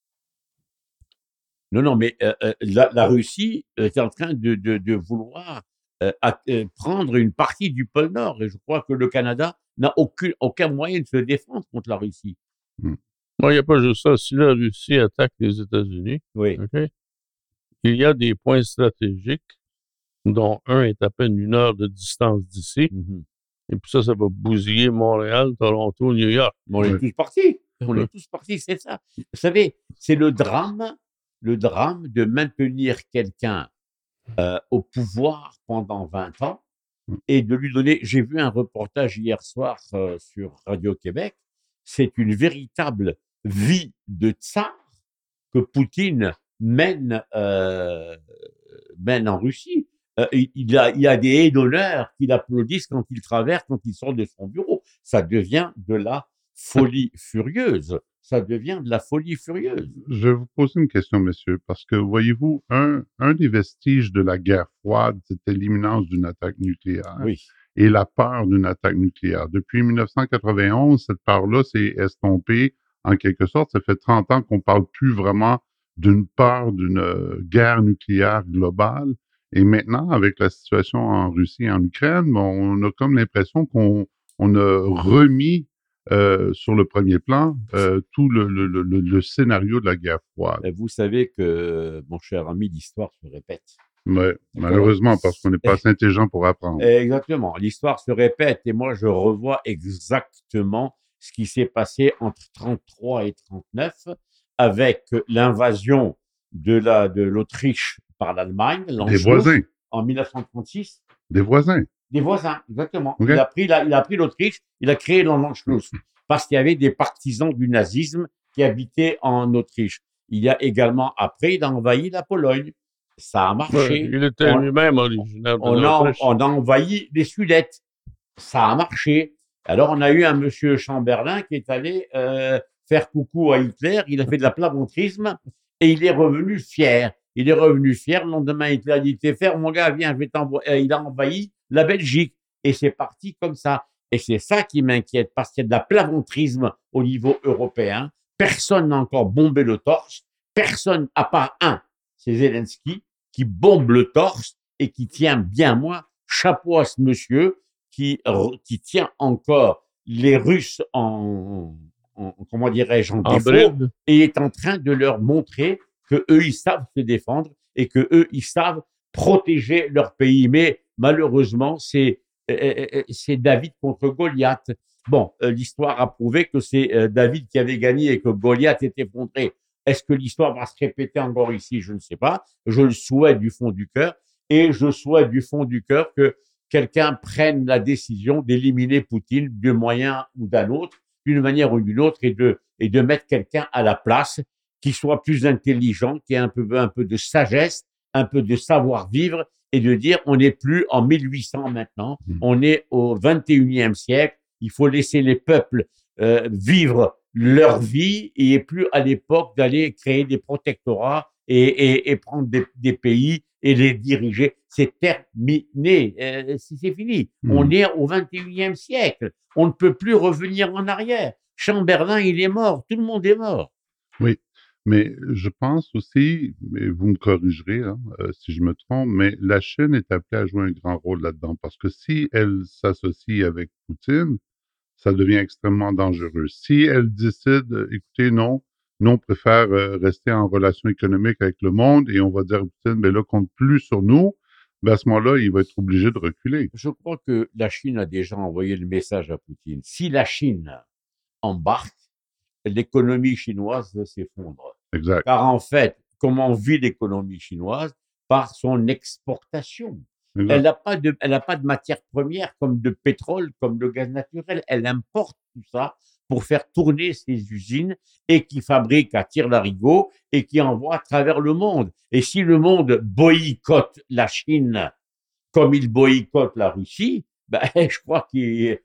non, mais la Russie est en train de vouloir prendre une partie du pôle Nord. Et je crois que le Canada n'a aucun moyen de se défendre contre la Russie. Bon, il n'y a pas juste ça. Si la Russie attaque les États-Unis, oui. Okay, il y a des points stratégiques, dont un est à peine 1 heure de distance d'ici. Et puis ça va bousiller Montréal, Toronto, New York. On est tous partis. On est tous partis, c'est ça. Vous savez, c'est le drame de maintenir quelqu'un au pouvoir pendant 20 ans et de lui donner... J'ai vu un reportage hier soir sur Radio-Québec. C'est une véritable vie de tsar que Poutine mène en Russie. Il y a des haies d'honneur qui l'applaudissent quand il traverse, quand il sort de son bureau. Ça devient de la folie furieuse. Ça devient de la folie furieuse. Je vais vous poser une question, messieurs, parce que, voyez-vous, un des vestiges de la guerre froide, c'était l'imminence d'une attaque nucléaire. Oui. Et la peur d'une attaque nucléaire. Depuis 1991, cette peur-là s'est estompée en quelque sorte. Ça fait 30 ans qu'on parle plus vraiment d'une peur d'une guerre nucléaire globale. Et maintenant, avec la situation en Russie et en Ukraine, on a comme l'impression qu'on a remis sur le premier plan tout le scénario de la guerre froide. Et vous savez que, mon cher ami, l'histoire se répète. Ouais, malheureusement, parce qu'on n'est pas assez intelligent pour apprendre. Exactement. L'histoire se répète et moi, je revois exactement ce qui s'est passé entre 33 et 39 avec l'invasion de l'Autriche par l'Allemagne. Des voisins. En 1936. Des voisins. Des voisins, exactement. Okay. Il a pris l'Autriche, il a créé l'Anschluss parce qu'il y avait des partisans du nazisme qui habitaient en Autriche. Il y a également, après, il a envahi la Pologne. Ça a marché. Ouais, il était lui-même originaire de l'Autriche. On a envahi les Sudètes. Ça a marché. Alors, on a eu un monsieur Chamberlain qui est allé faire coucou à Hitler. Il a fait de la plaventrisme et il est revenu fier. Le lendemain, Hitler a dit, t'es fier, mon gars, viens, je vais t'envoyer. Il a envahi la Belgique. Et c'est parti comme ça. Et c'est ça qui m'inquiète parce qu'il y a de la plaventrisme au niveau européen. Personne n'a encore bombé le torse. Personne, à part un, c'est Zelensky, qui bombe le torse et qui tient bien moins. Chapeau à ce monsieur qui tient encore les Russes comment dirais-je, en défaut, et est en train de leur montrer que eux ils savent se défendre et que eux ils savent protéger leur pays. Mais malheureusement, c'est David contre Goliath. Bon, l'histoire a prouvé que c'est David qui avait gagné et que Goliath était effondré. Est-ce que l'histoire va se répéter encore ici? Je ne sais pas. Je le souhaite du fond du cœur. Et je souhaite du fond du cœur que quelqu'un prenne la décision d'éliminer Poutine d'un moyen ou d'un autre, d'une manière ou d'une autre, et de mettre quelqu'un à la place qui soit plus intelligent, qui ait un peu de sagesse, un peu de savoir-vivre, et de dire on n'est plus en 1800 maintenant, on est au 21e siècle, il faut laisser les peuples vivre leur vie et plus à l'époque d'aller créer des protectorats et prendre des pays et les diriger. C'est terminé, c'est fini. On est au 21e siècle. On ne peut plus revenir en arrière. Chamberlain, il est mort. Tout le monde est mort. Oui, mais je pense aussi, et vous me corrigerez si je me trompe, mais la Chine est appelée à jouer un grand rôle là-dedans parce que si elle s'associe avec Poutine, ça devient extrêmement dangereux. Si elle décide, écoutez, non, on préfère rester en relation économique avec le monde et on va dire à Poutine, ben là, compte plus sur nous, ben à ce moment-là, il va être obligé de reculer. Je crois que la Chine a déjà envoyé le message à Poutine. Si la Chine embarque, l'économie chinoise s'effondre. Exact. Car en fait, comment vit l'économie chinoise? Par son exportation. Exact. Elle n'a pas de matière première comme de pétrole, comme de gaz naturel. Elle importe tout ça pour faire tourner ses usines et qui fabrique à tire-larigot et qui envoie à travers le monde. Et si le monde boycotte la Chine comme il boycotte la Russie, ben, je crois que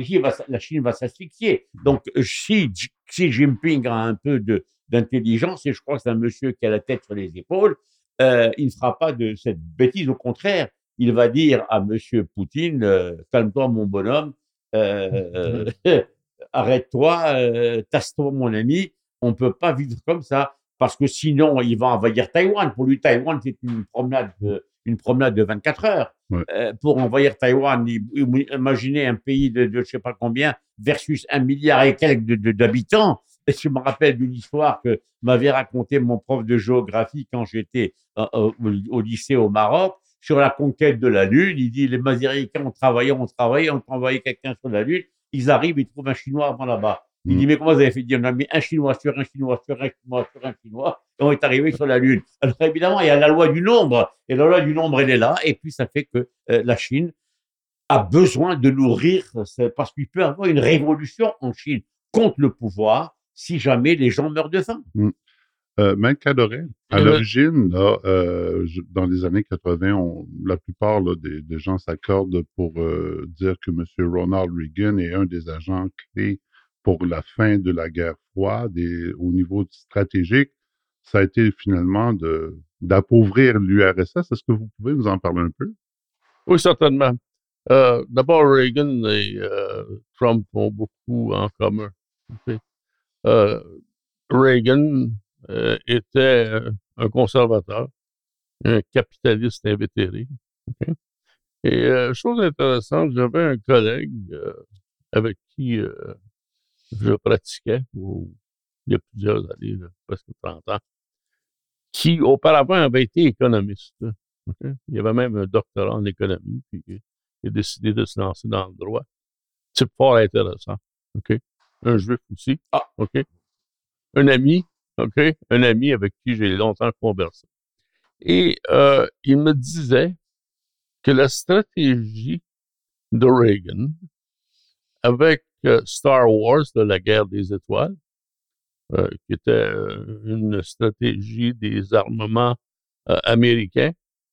la Chine va s'asphyxier. Donc, Xi Jinping a un peu d'intelligence et je crois que c'est un monsieur qui a la tête sur les épaules. Il ne fera pas de cette bêtise. Au contraire, il va dire à monsieur Poutine, calme-toi mon bonhomme, arrête-toi, tasse-toi mon ami, on ne peut pas vivre comme ça parce que sinon il va envahir Taïwan. Pour lui, Taïwan, c'est une promenade de 24 heures. Ouais. Pour envahir Taïwan, imaginez un pays de je ne sais pas combien versus 1 milliard et quelques d'habitants. Et je me rappelle d'une histoire que m'avait raconté mon prof de géographie quand j'étais au lycée au Maroc sur la conquête de la Lune. Il dit les Américains ont travaillé, on envoyé quelqu'un sur la Lune. Ils arrivent, ils trouvent un Chinois avant là-bas. Il dit mais comment vous avez fait? Il dit on a mis un Chinois sur un Chinois sur un Chinois sur un Chinois et on est arrivé sur la Lune. Alors évidemment, il y a la loi du nombre et la loi du nombre elle est là et puis ça fait que la Chine a besoin de nourrir parce qu'il peut y avoir une révolution en Chine contre le pouvoir si jamais les gens meurent de faim. Maître Cadorel, à l'origine, là, dans les années 80, la plupart là, des gens s'accordent pour dire que M. Ronald Reagan est un des agents clés pour la fin de la guerre froide et au niveau stratégique, ça a été finalement d'appauvrir l'URSS. Est-ce que vous pouvez nous en parler un peu? Oui, certainement. D'abord, Reagan et Trump ont beaucoup en commun. Okay. Reagan était un conservateur. un capitaliste invétéré. Okay? Et chose intéressante, j'avais un collègue avec qui je pratiquais il y a plusieurs années, là, presque 30 ans, qui auparavant avait été économiste. Okay? Il y avait même un doctorat en économie, puis il a décidé de se lancer dans le droit. Type fort intéressant. Okay? Un juif aussi. Okay? Un ami, okay? Un ami avec qui j'ai longtemps conversé. Et il me disait que la stratégie de Reagan avec Star Wars, de la guerre des étoiles, qui était une stratégie des armements américains,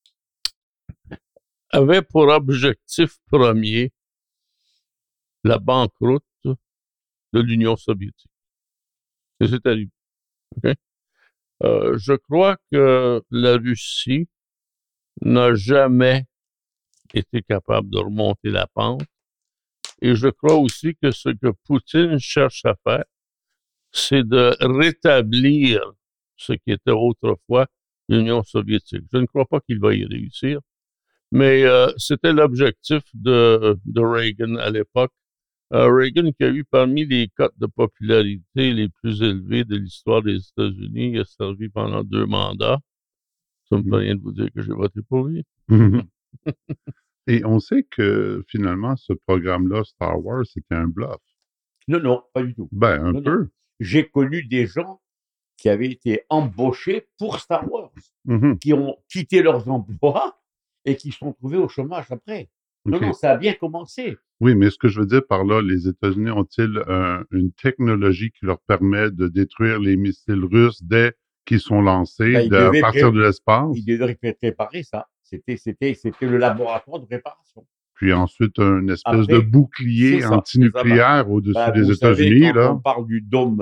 avait pour objectif premier la banqueroute de l'Union soviétique. Et c'est arrivé. Okay? Je crois que la Russie n'a jamais été capable de remonter la pente. Et je crois aussi que ce que Poutine cherche à faire, c'est de rétablir ce qui était autrefois l'Union soviétique. Je ne crois pas qu'il va y réussir, mais c'était l'objectif de Reagan à l'époque. Reagan, qui a eu parmi les cotes de popularité les plus élevées de l'histoire des États-Unis, il a servi pendant 2 mandats. Ça ne me fait rien de vous dire que j'ai voté pour lui. Et on sait que finalement, ce programme-là, Star Wars, c'était un bluff. Non, pas du tout. Ben, un peu. Non. J'ai connu des gens qui avaient été embauchés pour Star Wars, qui ont quitté leurs emplois et qui se sont trouvés au chômage après. Okay. Non, ça a bien commencé. Oui, mais ce que je veux dire par là, les États-Unis ont-ils une technologie qui leur permet de détruire les missiles russes dès qu'ils sont lancés à partir de l'espace? Ils devaient préparer ça. C'était le laboratoire de préparation. Puis ensuite, une espèce de bouclier antinucléaire au-dessus des États-Unis. Quand on parle du dôme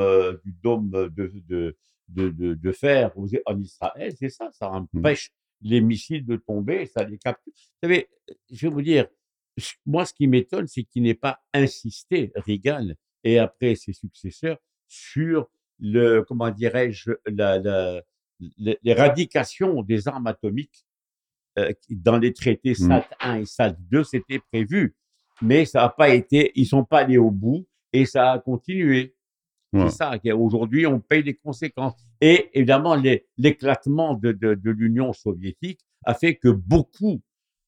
de fer en Israël, c'est ça. Ça empêche les missiles de tomber, ça les capture. Vous savez, je vais vous dire, moi, ce qui m'étonne, c'est qu'il n'ait pas insisté, Reagan, et après ses successeurs, sur comment dirais-je, l'éradication des armes atomiques. Dans les traités SALT 1 et SALT 2, c'était prévu. Mais ça n'a pas été, ils ne sont pas allés au bout et ça a continué. Ouais. C'est ça. Aujourd'hui, on paye les conséquences. Et évidemment, l'éclatement de l'Union soviétique a fait que beaucoup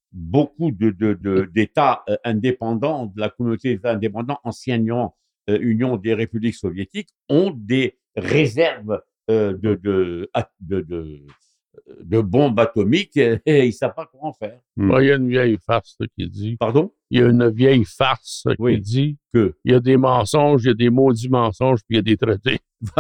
d'États indépendants, de la communauté d'États indépendants, anciennement Union des républiques soviétiques, ont des réserves de bombes atomiques et ils ne savent pas comment faire. Il y a une vieille farce qui dit... Pardon? Il y a une vieille farce qui dit qu'il y a des mensonges, il y a des maudits mensonges, puis il y a des traités.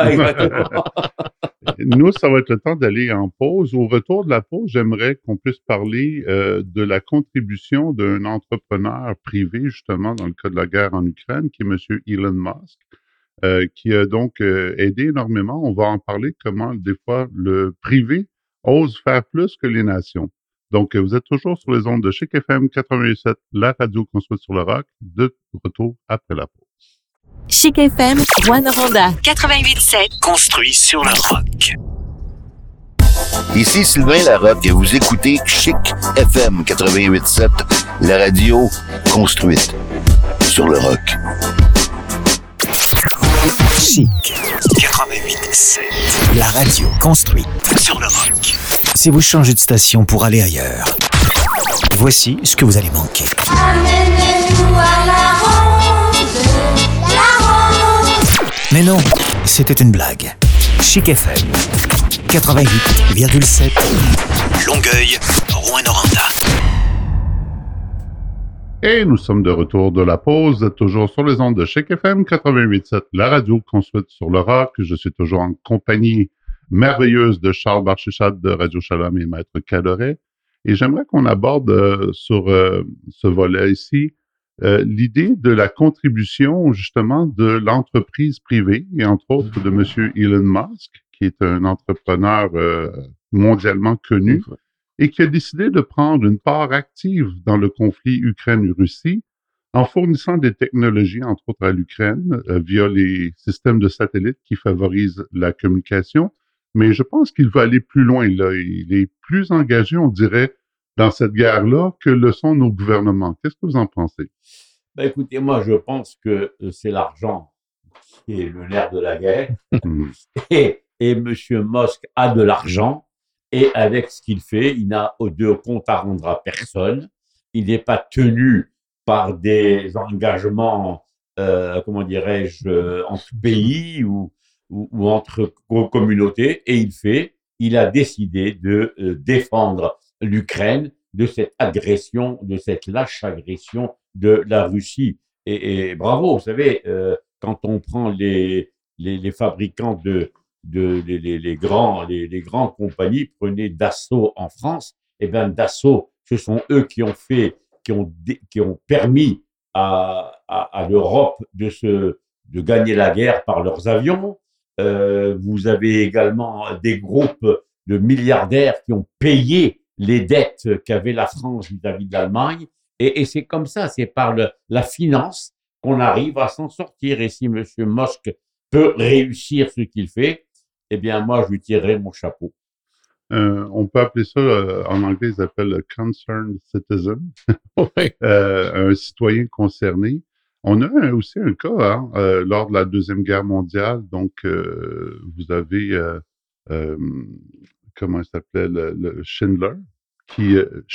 Nous, ça va être le temps d'aller en pause. Au retour de la pause, j'aimerais qu'on puisse parler de la contribution d'un entrepreneur privé, justement, dans le cas de la guerre en Ukraine, qui est M. Elon Musk, qui a donc aidé énormément. On va en parler, comment, des fois, le privé ose faire plus que les nations. Donc, vous êtes toujours sur les ondes de Chic FM 88.7, la radio construite sur le rock, de retour après la pause. Chic FM, Rouyn-Noranda. 88.7, construit sur le rock. Ici Sylvain Larocque et vous écoutez Chic FM 88.7, la radio construite sur le rock. Chic 88.7, la radio construite sur le rock. Si vous changez de station pour aller ailleurs, voici ce que vous allez manquer. Amenez-nous à la ronde. Mais non, c'était une blague. Chic FM 88,7. Longueuil, Rouyn-Noranda. Et nous sommes de retour de la pause. Vous êtes toujours sur les ondes de Chic FM 88.7, la radio construite sur le rock. Je suis toujours en compagnie merveilleuse de Charles Barchichat de Radio Shalom et Maître Cadoret. Et j'aimerais qu'on aborde sur ce volet ici l'idée de la contribution justement de l'entreprise privée et entre autres de M. Elon Musk, qui est un entrepreneur mondialement connu et qui a décidé de prendre une part active dans le conflit Ukraine-Russie en fournissant des technologies, entre autres à l'Ukraine, via les systèmes de satellites qui favorisent la communication, mais je pense qu'il va aller plus loin, là. Il est plus engagé, on dirait, dans cette guerre-là que le sont nos gouvernements. Qu'est-ce que vous en pensez? Ben, écoutez, moi, je pense que c'est l'argent qui est le nerf de la guerre. Et M. Musk a de l'argent. Et avec ce qu'il fait, il n'a de compte à rendre à personne. Il n'est pas tenu par des engagements, comment dirais-je, entre pays ou entre communautés. Et il a décidé de défendre l'Ukraine de cette agression, de cette lâche agression de la Russie. Et bravo, vous savez, quand on prend les fabricants les grandes compagnies, prenez Dassault en France, et bien Dassault, ce sont eux qui ont permis à l'Europe de gagner la guerre par leurs avions. Vous avez également des groupes de milliardaires qui ont payé les dettes qu'avait la France vis-à-vis de l'Allemagne. Et c'est comme ça, c'est par la finance qu'on arrive à s'en sortir. Et si M. Musk peut réussir ce qu'il fait, eh bien, moi, je lui tirerai mon chapeau. On peut appeler ça, en anglais, ils appellent le concerned citizen, un citoyen concerné. On a aussi un cas lors de la Deuxième Guerre mondiale. Donc, vous avez, comment il s'appelait, le Schindler, qui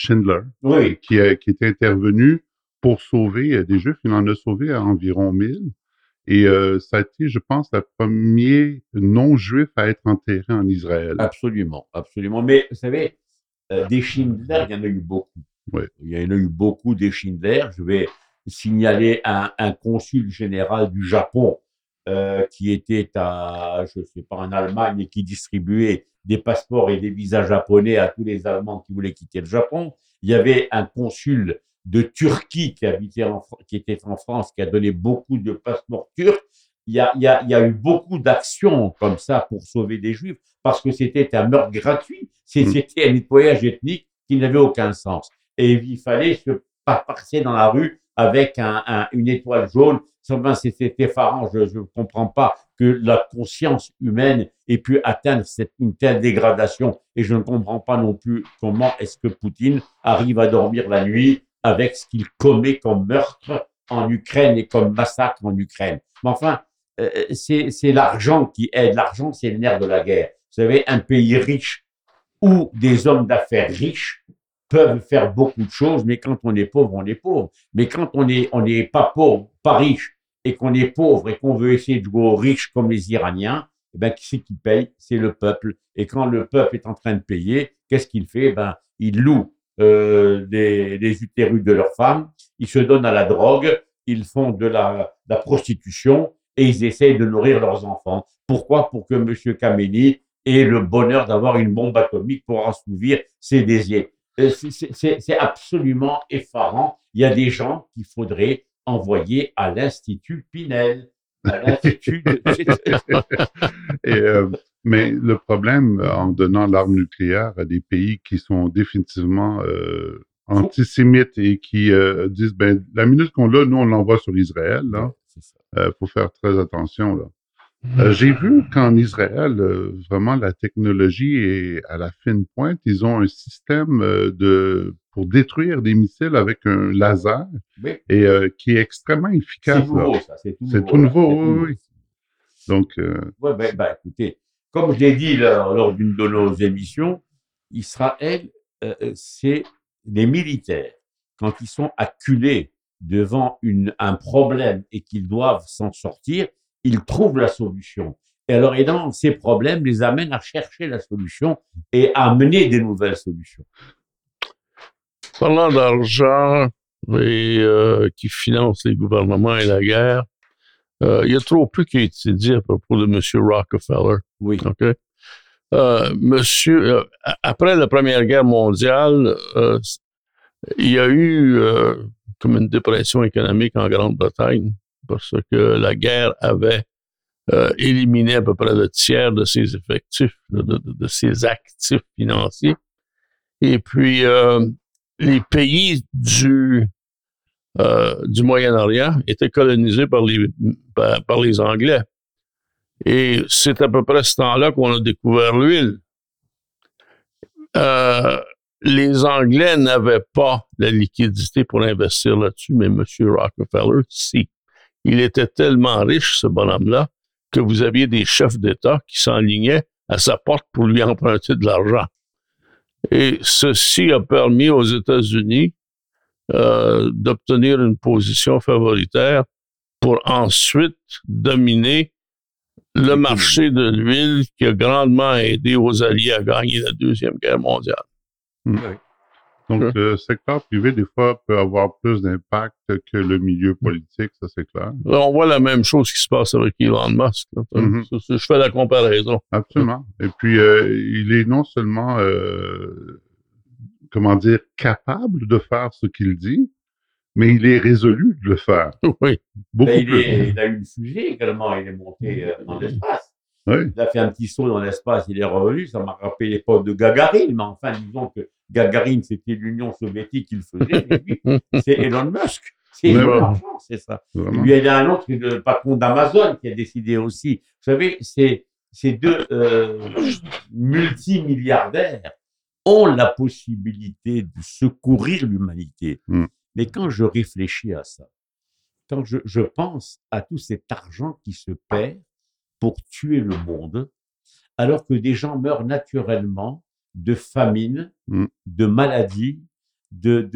est intervenu pour sauver des Juifs. Il en a sauvé environ 1000. Et ça a été, je pense, le premier non-juif à être enterré en Israël. Absolument, absolument. Mais vous savez, des Schindler, il y en a eu beaucoup. Oui. Il y en a eu beaucoup des Schindler. Je vais signaler un consul général du Japon qui était en Allemagne et qui distribuait des passeports et des visas japonais à tous les Allemands qui voulaient quitter le Japon. Il y avait un consul de Turquie qui était en France, qui a donné beaucoup de passeports turcs. Il y a eu beaucoup d'actions comme ça pour sauver des Juifs parce que c'était un meurtre gratuit. C'était un nettoyage ethnique qui n'avait aucun sens. Et il fallait se passer dans la rue avec une étoile jaune. C'était effarant. Je ne comprends pas que la conscience humaine ait pu atteindre une telle dégradation. Et je ne comprends pas non plus comment est-ce que Poutine arrive à dormir la nuit avec ce qu'il commet comme meurtre en Ukraine et comme massacre en Ukraine. Mais enfin, c'est l'argent qui aide. L'argent, c'est le nerf de la guerre. Vous savez, un pays riche ou des hommes d'affaires riches peuvent faire beaucoup de choses, mais quand on est pauvre, on est pauvre. Mais quand on n'est pas pauvre, pas riche, et qu'on est pauvre et qu'on veut essayer de jouer aux riches comme les Iraniens, eh ben, qui c'est qui paye? C'est le peuple. Et quand le peuple est en train de payer, qu'est-ce qu'il fait? Ben, il loue des utérus de leurs femmes, ils se donnent à la drogue, ils font de la prostitution et ils essayent de nourrir leurs enfants. Pourquoi? Pour que M. Khamenei ait le bonheur d'avoir une bombe atomique pour assouvir ses désirs. C'est absolument effarant. Il y a des gens qu'il faudrait envoyer à l'Institut Pinel. Mais le problème, en donnant l'arme nucléaire à des pays qui sont définitivement antisémites et qui disent, ben, la minute qu'on l'a, nous, on l'envoie sur Israël, là. Faut faire très attention, là. J'ai vu qu'en Israël, vraiment, la technologie est à la fine pointe. Ils ont un système pour détruire des missiles avec un laser et qui est extrêmement efficace. C'est nouveau, ça. C'est tout nouveau, oui. Donc, écoutez, comme je l'ai dit lors d'une de nos émissions, Israël, c'est les militaires. Quand ils sont acculés devant un problème et qu'ils doivent s'en sortir, ils trouvent la solution. Et alors, évidemment, ces problèmes les amènent à chercher la solution et à amener des nouvelles solutions. Parlant d'argent et qui finance les gouvernements et la guerre, il y a trop peu qui a été dit à propos de M. Rockefeller. Oui. Okay? Après la Première Guerre mondiale, il y a eu comme une dépression économique en Grande-Bretagne parce que la guerre avait éliminé à peu près le tiers de ses effectifs, de ses actifs financiers. Et puis, les pays du Moyen-Orient étaient colonisés par les Anglais. Et c'est à peu près ce temps-là qu'on a découvert l'huile. Les Anglais n'avaient pas la liquidité pour investir là-dessus, mais M. Rockefeller, si. Il était tellement riche, ce bonhomme-là, que vous aviez des chefs d'État qui s'enlignaient à sa porte pour lui emprunter de l'argent. Et ceci a permis aux États-Unis d'obtenir une position favoritaire pour ensuite dominer le marché de l'huile qui a grandement aidé aux Alliés à gagner la Deuxième Guerre mondiale. Oui. Donc, le secteur privé, des fois, peut avoir plus d'impact que le milieu politique, ça c'est clair. On voit la même chose qui se passe avec Elon Musk. Je fais la comparaison. Absolument. Et puis, il est non seulement, capable de faire ce qu'il dit, mais il est résolu de le faire. Oui. Beaucoup plus. Il a eu une fusée également, il est monté dans l'espace. Oui. Il a fait un petit saut dans l'espace, il est revenu, ça m'a rappelé l'époque de Gagarine, mais enfin, disons que Gagarine, c'était l'Union soviétique qui le faisait, et lui, c'est Elon Musk. C'est l'argent, c'est ça. Vraiment. Lui, il y a un autre, le patron d'Amazon, qui a décidé aussi. Vous savez, ces deux multimilliardaires ont la possibilité de secourir l'humanité. Mais quand je réfléchis à ça, quand je pense à tout cet argent qui se perd pour tuer le monde, alors que des gens meurent naturellement de famine, de maladies, de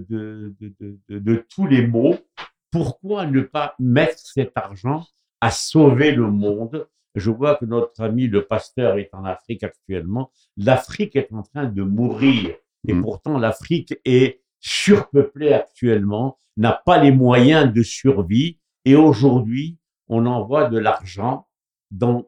tous les maux, pourquoi ne pas mettre cet argent à sauver le monde? Je vois que notre ami le pasteur est en Afrique actuellement. L'Afrique est en train de mourir. Et pourtant, l'Afrique est surpeuplée actuellement, n'a pas les moyens de survie. Et aujourd'hui, on envoie de l'argent dans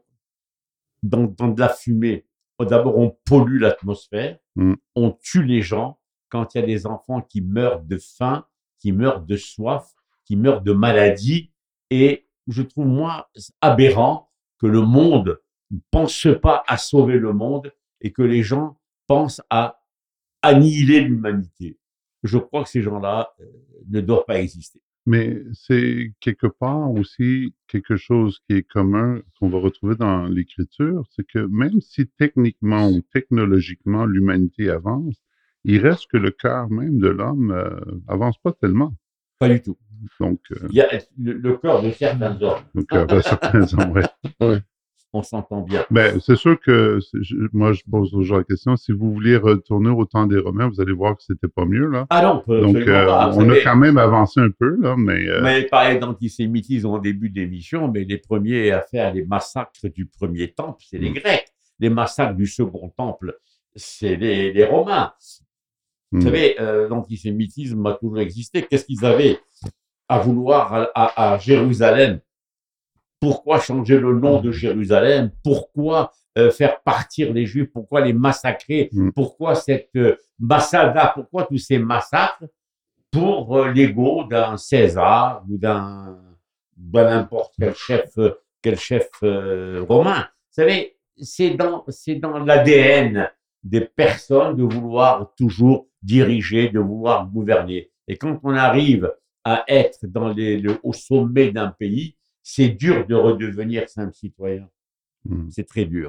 de la fumée. D'abord, on pollue l'atmosphère, on tue les gens quand il y a des enfants qui meurent de faim, qui meurent de soif, qui meurent de maladie. Et je trouve, moi, aberrant que le monde ne pense pas à sauver le monde et que les gens pensent à annihiler l'humanité. Je crois que ces gens-là ne doivent pas exister. Mais c'est quelque part aussi quelque chose qui est commun, qu'on va retrouver dans l'écriture, c'est que même si techniquement ou technologiquement l'humanité avance, il reste que le cœur même de l'homme avance pas tellement. Pas du tout. Donc, il y a le cœur de certains hommes. Le cœur de certains hommes, oui. Oui. On s'entend bien. Ben, c'est sûr que moi, je pose toujours la question, si vous vouliez retourner au temps des Romains, vous allez voir que c'était pas mieux, là. Ah non, donc, on a quand même avancé un peu, là, mais... Mais parler d'antisémitisme en début d'émission, mais les premiers à faire les massacres du premier temple, c'est les Grecs. Les massacres du second temple, c'est les Romains. Vous savez, l'antisémitisme a toujours existé. Qu'est-ce qu'ils avaient à vouloir à Jérusalem? Pourquoi changer le nom de Jérusalem? Pourquoi faire partir les Juifs? Pourquoi les massacrer? Pourquoi cette massada? Pourquoi tous ces massacres? Pour l'ego d'un César ou d'un n'importe quel chef romain. Vous savez, c'est dans l'ADN des personnes de vouloir toujours diriger, de vouloir gouverner. Et quand on arrive à être au sommet d'un pays, c'est dur de redevenir simple citoyen. C'est très dur.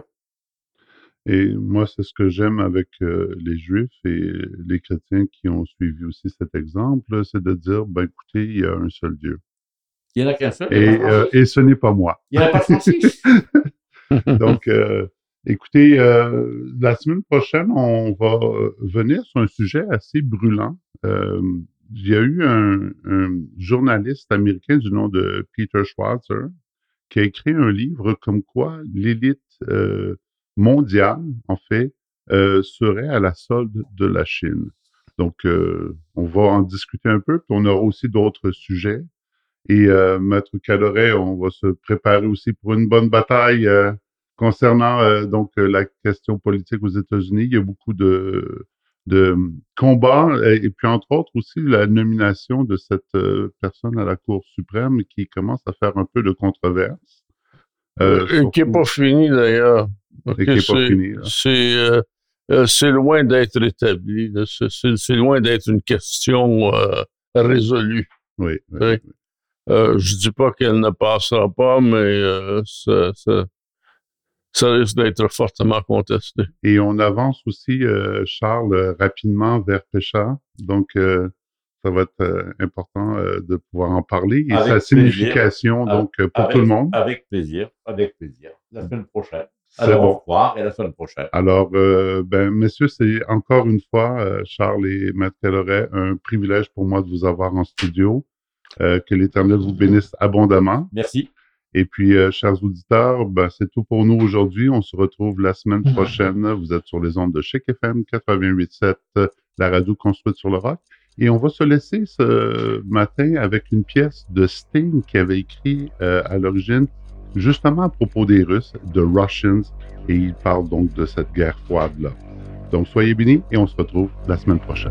Et moi, c'est ce que j'aime avec les Juifs et les chrétiens qui ont suivi aussi cet exemple, c'est de dire, ben écoutez, il y a un seul Dieu. Il n'y en a qu'un seul. Et ce n'est pas moi. Il n'y en a pas 36. Donc, écoutez, la semaine prochaine, on va venir sur un sujet assez brûlant. Il y a eu un journaliste américain du nom de Peter Schwarzer qui a écrit un livre comme quoi l'élite mondiale, en fait, serait à la solde de la Chine. Donc, on va en discuter un peu, puis on aura aussi d'autres sujets. Et Maître Calorey, on va se préparer aussi pour une bonne bataille concernant donc la question politique aux États-Unis. Il y a beaucoup de combats, et puis entre autres aussi la nomination de cette personne à la Cour suprême qui commence à faire un peu de controverse. Qui n'est pas fini d'ailleurs. Et qui n'est pas fini. C'est loin d'être établi. C'est loin d'être une question résolue. Oui. Je dis pas qu'elle ne passera pas, mais ça risque d'être fortement contesté. Et on avance aussi, Charles, rapidement vers Pécha. Donc, ça va être important de pouvoir en parler. Et Avec sa signification, donc, pour tout le monde. Avec plaisir. La semaine prochaine. C'est Alors, bon. au revoir et la semaine prochaine. Alors, messieurs, c'est encore une fois, Charles et Maître Calloret, un privilège pour moi de vous avoir en studio. Que l'Éternel vous bénisse abondamment. Merci. Et puis, chers auditeurs, c'est tout pour nous aujourd'hui. On se retrouve la semaine prochaine. Vous êtes sur les ondes de Chic FM 88.7, la radio construite sur le rock. Et on va se laisser ce matin avec une pièce de Sting qui avait écrit à l'origine, justement à propos des Russes, The Russians, et il parle donc de cette guerre froide-là. Donc, soyez bénis et on se retrouve la semaine prochaine.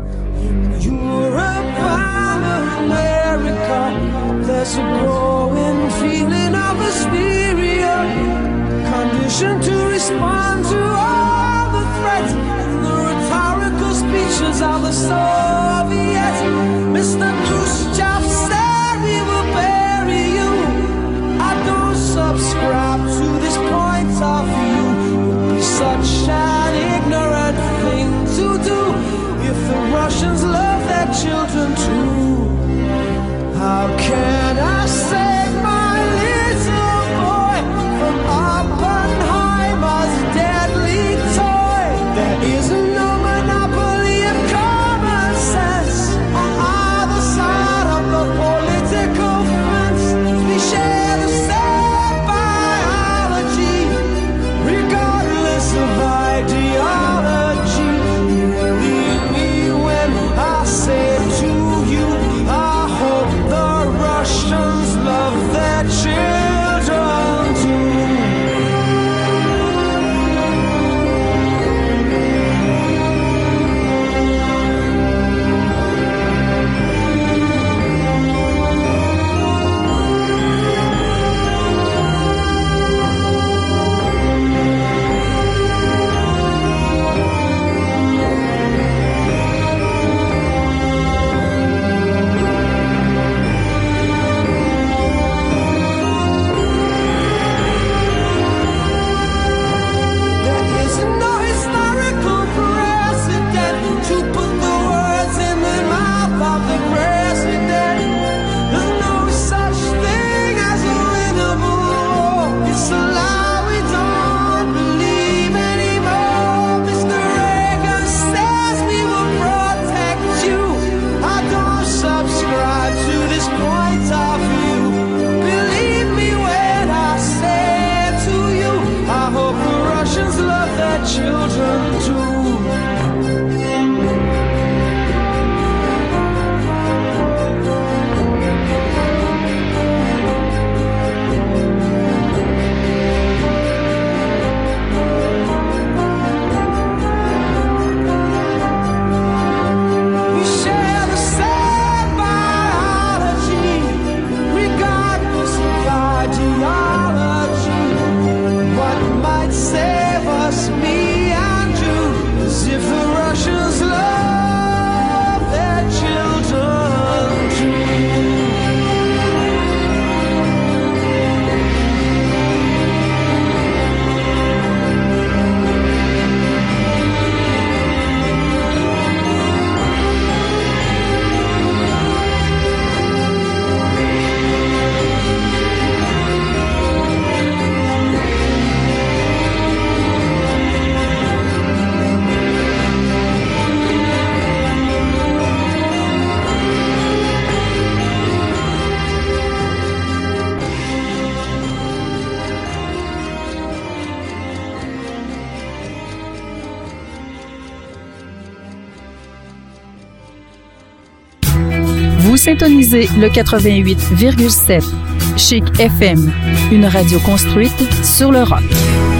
There's a growing feeling of hysteria, conditioned to respond to all the threats and the rhetorical speeches of the Soviets. Mr. Khrushchev said we will bury you. I don't subscribe to this point of view. It would be such an ignorant thing to do if the Russians love their children too. How can I save my little boy from Oppenheimer's deadly toy? There is no monopoly of common sense on either side of the political fence. We share the same biology, regardless of ideology. Believe me when I say to you, I hope the Russians love their children too. Children too. We share the same biology, regardless of ideology. What might save us, me and you, is if the Russians love their children too. Vous syntonisez le 88,7 Chic FM, une radio construite sur le rock.